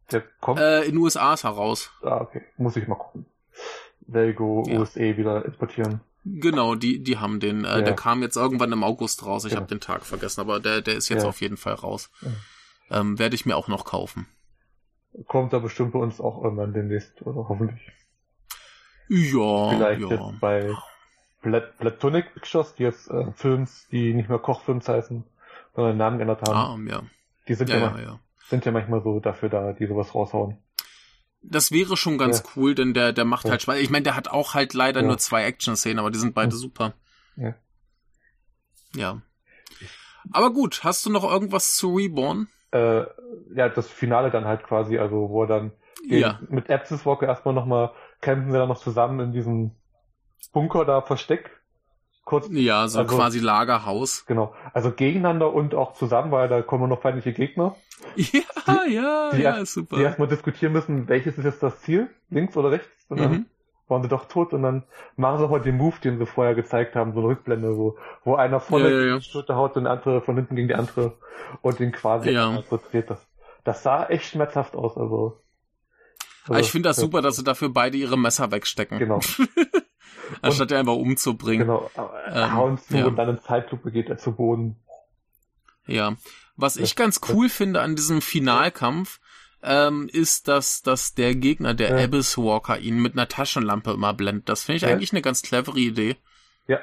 Der kommt? Äh, in den U S A ist er raus. Ah, okay. Muss ich mal gucken. Lego Ja. U S A wieder exportieren. Genau, die, die haben den. Äh, Ja. Der kam jetzt irgendwann im August raus. Ich Genau. habe den Tag vergessen, aber der, der ist jetzt Ja. auf jeden Fall raus. Ja. Ähm, werde ich mir auch noch kaufen. Kommt da bestimmt bei uns auch irgendwann demnächst, oder hoffentlich. Ja, Vielleicht ja. jetzt bei Plat Platonic Pictures, die jetzt äh, Films, die nicht mehr Kochfilms heißen, sondern den Namen geändert haben. Ah, ja. Die sind ja, Ja, ja, ja, ja. sind ja manchmal so dafür da, die sowas raushauen. Das wäre schon ganz Ja. cool, denn der, der macht Ja. halt Spaß. Ich meine, der hat auch halt leider Ja. nur zwei Action-Szenen, aber die sind beide Ja. super. Ja. Ja. Aber gut, hast du noch irgendwas zu Reborn? Äh, ja, das Finale dann halt quasi, also wo er dann gegen, Ja. mit Apsis Walker erstmal nochmal kämpfen wir dann noch zusammen in diesem Bunker da versteckt. Kurz, Ja, so also, quasi Lagerhaus. genau. Also gegeneinander und auch zusammen, weil da kommen noch feindliche Gegner, Ja, ja, die ja, erst- ist super. die erstmal diskutieren müssen, welches ist jetzt das Ziel, links oder rechts. Und dann Mhm. waren sie doch tot und dann machen sie auch mal den Move, den sie vorher gezeigt haben, so eine Rückblende, wo, wo einer vorne Ja, ja, ja. gegen die Schulter haut und der andere von hinten gegen die andere und den quasi Ja. so dreht. Das, das sah echt schmerzhaft aus, also. Aber ich finde das ja, super, dass sie dafür beide ihre Messer wegstecken. Genau, Anstatt die einfach umzubringen. genau. Ähm, Hauen zu ja. und dann in Zeitlupe geht er zu Boden. Ja. Was ich Ja. ganz cool finde an diesem Finalkampf, ähm, ist, dass, dass der Gegner, der Ja. Abyss Walker, ihn mit einer Taschenlampe immer blendet. Das finde ich Ja. eigentlich eine ganz clevere Idee. Ja,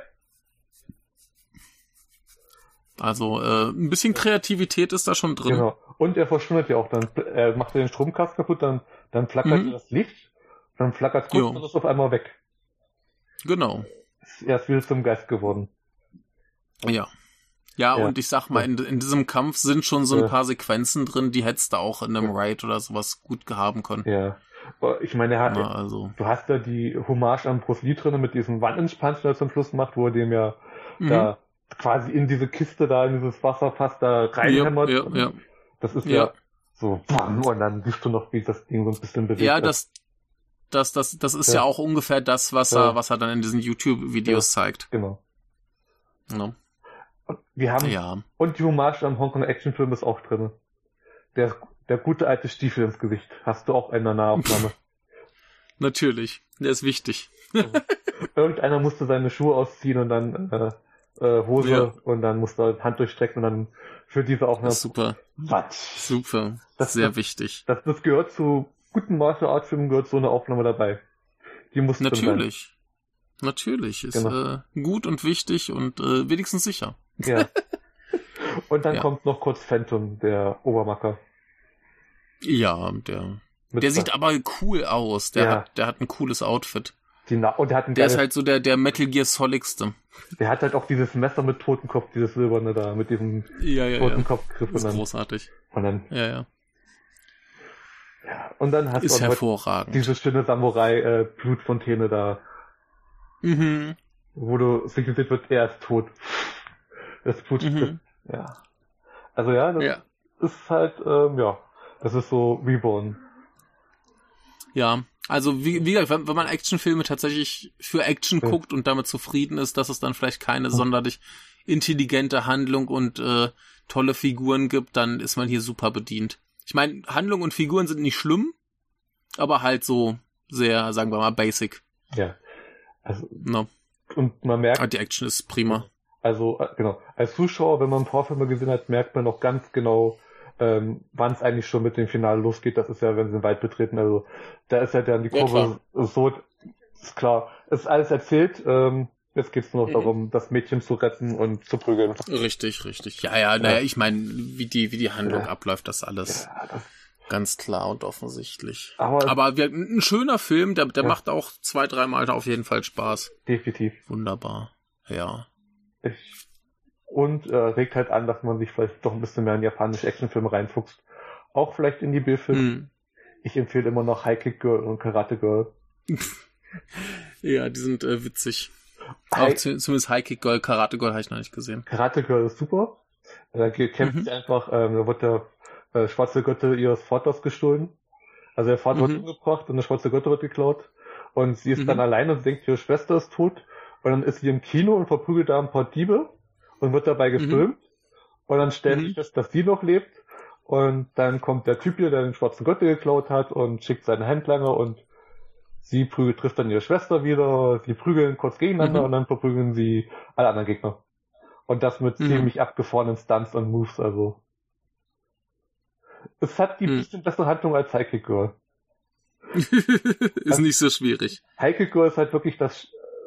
Also äh, ein bisschen Kreativität ist da schon drin. genau. Und er verschwindet ja auch dann. Er macht den Stromkast kaputt, dann, dann flackert Mhm. das Licht, dann flackert es kurz Jo. und ist auf einmal weg. Genau. Er ist wieder zum Geist geworden. Ja. Ja, Ja. und ich sag mal, in, in diesem Kampf sind schon so ein Ja. paar Sequenzen drin, die hättest du auch in einem Raid oder sowas gut haben können. Ja. Aber ich meine, er hat, Na, also. du hast ja die Hommage an Bruce Lee drin mit diesem One-Inch-Punch, der zum Schluss macht, wo er dem ja Mhm. da quasi in diese Kiste da, in dieses Wasserfass da Ja, reinhämmert. ja, ja. Das ist Ja. ja, so, bam, und dann siehst du noch, wie das Ding so ein bisschen bewegt Ja, wird. das, das, das, das ist Ja. ja auch ungefähr das, was Ja. er, was er dann in diesen YouTube-Videos zeigt. Genau. Ne? Und wir haben, Ja, und die Hommage am Hongkong-Action-Film ist auch drin. Der, der gute alte Stiefel ins Gesicht. Hast du auch in der Nahaufnahme. natürlich. Der ist wichtig. Irgendeiner musste seine Schuhe ausziehen und dann äh, äh, Hose Ja. und dann musste er Hand durchstrecken und dann für diese Aufnahme. Das ist super. Was? Super. Das- Sehr das- wichtig. Das, das gehört zu guten Martial Arts Filmen, gehört so eine Aufnahme dabei. Die muss drin sein. Natürlich. Natürlich. Ist Genau. äh, gut und wichtig und äh, wenigstens sicher. Ja. Und dann Ja. kommt noch kurz Phantom, der Obermacker. Ja, der. Mit Der sieht aber cool aus. Der Ja. hat, der hat ein cooles Outfit. die Na und der hat, ein Der ist geiles- halt so der, der Metal Gear Soligste. der hat halt auch dieses Messer mit Totenkopf, dieses silberne da, mit diesem Ja, ja, ja. Totenkopfgriff. Ist Und dann, großartig. und dann, Ja, ja. ja. Und dann hast Ist du auch noch hervorragend. diese schöne Samurai-Blutfontäne da, Mhm. wo du signalisiert wird, er ist tot. Das Blut Mhm. spritzt. Ja. Also ja, das Ja. ist halt, ähm, ja, das ist so Reborn. Ja, also wie, wie gesagt, wenn, wenn man Actionfilme tatsächlich für Action Ja. guckt und damit zufrieden ist, dass es dann vielleicht keine sonderlich intelligente Handlung und äh, tolle Figuren gibt, dann ist man hier super bedient. Ich meine, Handlung und Figuren sind nicht schlimm, aber halt so sehr, sagen wir mal, basic. Ja. Also, No. und man merkt, Aber die Action ist prima. also, äh, genau, als Zuschauer, wenn man Vorfilme gesehen hat, merkt man noch ganz genau, ähm, wann es eigentlich schon mit dem Finale losgeht. Das ist ja, wenn sie den Wald betreten, also, da ist ja dann die Ja, Kurve so, ist klar, ist alles erzählt, ähm, jetzt geht's nur noch Mhm. darum, das Mädchen zu retten und zu prügeln. Richtig, richtig. Ja, ja, naja, ich meine, wie die, wie die Handlung Ja. abläuft, das alles Ja, das, ganz klar und offensichtlich. aber, Aber wir, ein schöner Film, der, der Ja. macht auch zwei, dreimal auf jeden Fall Spaß. definitiv. Wunderbar. Ja. Ich, und äh, regt halt an, dass man sich vielleicht doch ein bisschen mehr in japanische Actionfilme reinfuchst. Auch vielleicht in die B-Filme. Hm. Ich empfehle immer noch High Kick Girl und Karate Girl. Ja, die sind äh, witzig. Auch Hi- zu, zumindest High Kick Girl, Karate Girl habe ich noch nicht gesehen. Karate Girl ist super. Da ge- kämpft Mhm. sie einfach, ähm, da wird der äh, schwarze Götter ihres Vaters gestohlen. Also der Vater Mhm. wird umgebracht und der schwarze Götter wird geklaut. Und sie ist Mhm. dann alleine und denkt, ihre Schwester ist tot. Und dann ist sie im Kino und verprügelt da ein paar Diebe und wird dabei gefilmt. Und dann stellen Mhm. sie fest, dass sie noch lebt. Und dann kommt der Typ hier, der den schwarzen Gürtel geklaut hat und schickt seine Handlanger und sie prügelt, trifft dann ihre Schwester wieder, sie prügeln kurz gegeneinander Mhm. und dann verprügeln sie alle anderen Gegner. Und das mit Mhm. ziemlich abgefahrenen Stunts und Moves, also. Es hat die Mhm. bisschen bessere Handlung als High Kick Girl. Ist nicht so schwierig. High Kick Girl ist halt wirklich das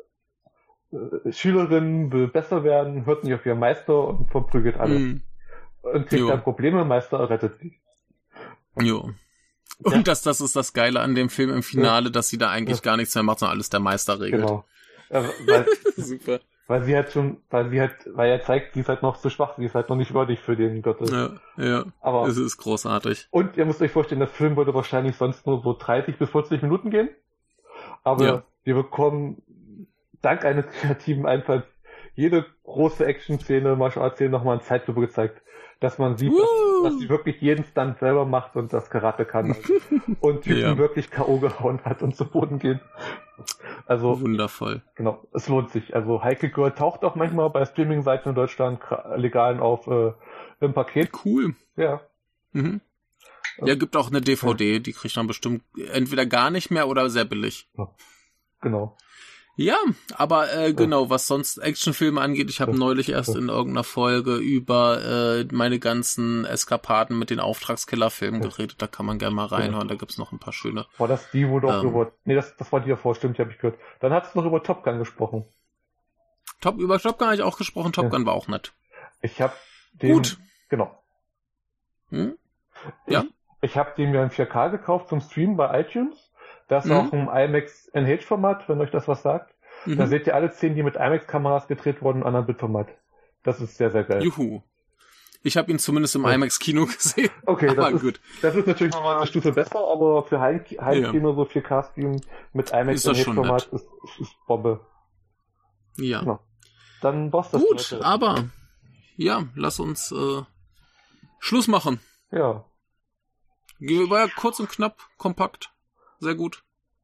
äh, Schülerin will besser werden, hört nicht auf ihren Meister und verprügelt alle. Mhm. Und kriegt Jo. dann Probleme, Meister rettet sie. Jo. Ja. Und das, das ist das Geile an dem Film im Finale, dass sie da eigentlich gar nichts mehr macht, sondern alles der Meister regelt. Genau. Äh, weil, Super. weil sie halt schon, weil sie halt, weil er zeigt, sie ist halt noch zu schwach, sie ist halt noch nicht würdig für den Gürtel. Ja, ja. Aber, Es ist großartig. und ihr müsst euch vorstellen, der Film würde wahrscheinlich sonst nur so dreißig bis vierzig Minuten gehen. Aber Ja. wir bekommen dank eines kreativen Einfalls jede große Action-Szene, Martial Arts-Szene nochmal in Zeitlupe gezeigt. Dass man sieht, Woo! dass, dass sie wirklich jeden Stunt selber macht und das Karate kann. Und Typen Ja. wirklich K O gehauen hat und zu Boden gehen. Also, Wundervoll. genau, es lohnt sich. Also High Kick Girl taucht auch manchmal bei Streaming-Seiten in Deutschland gra- legalen auf äh, im Paket. Cool. Ja. Mhm. Ja, gibt auch eine D V D, die kriegt man bestimmt entweder gar nicht mehr oder sehr billig. Genau. Ja, aber äh, genau, was sonst Actionfilme angeht, ich habe Ja. neulich erst Ja. in irgendeiner Folge über äh, meine ganzen Eskapaden mit den Auftragskiller-Filmen Ja. geredet, da kann man gerne mal reinhören, da gibt's noch ein paar schöne. War das die, wo du auch Ähm. über... Nee, das, das war die davor, stimmt, die habe ich gehört. Dann hast du noch über Top Gun gesprochen. Top, über Top Gun habe ich auch gesprochen, Top Ja. Gun war auch nett. Ich habe den... Gut. Genau. Hm? Ja. Ich, ich habe den mir in vier K gekauft zum Stream bei iTunes. Das ist Mhm. auch im IMAX N H-Format, wenn euch das was sagt. Mhm. Da seht ihr alle Szenen, die mit IMAX-Kameras gedreht wurden, in anderen Bildformat. Das ist sehr, sehr geil. Juhu. Ich habe ihn zumindest im Ja. IMAX-Kino gesehen. Okay, Aber das ist, gut. das ist natürlich nochmal eine Stufe besser, aber für Heim- Heimkino so vier K-Stream mit IMAX Ist das N schon H-Format ist, ist, ist Bombe. Ja. Genau. Dann war's das. Gut, für heute. aber ja, lass uns äh, Schluss machen. Ja. War ja kurz und knapp, kompakt. Sehr gut.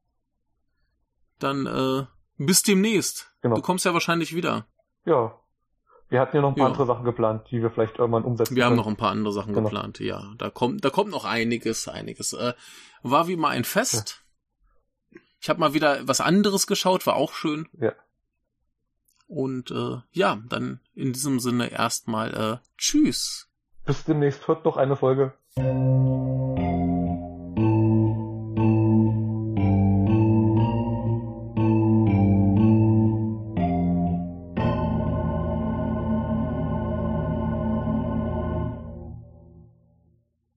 Dann äh, bis demnächst. Genau. Du kommst ja wahrscheinlich wieder. Ja. Wir hatten ja noch ein paar Ja. andere Sachen geplant, die wir vielleicht irgendwann umsetzen Wir haben können. noch ein paar andere Sachen Genau. geplant, ja. Da kommt, da kommt noch einiges, einiges. Äh, war wie mal ein Fest. Ich habe mal wieder was anderes geschaut, war auch schön. Ja. Und äh, ja, dann in diesem Sinne erstmal äh, tschüss. Bis demnächst. Hört noch eine Folge.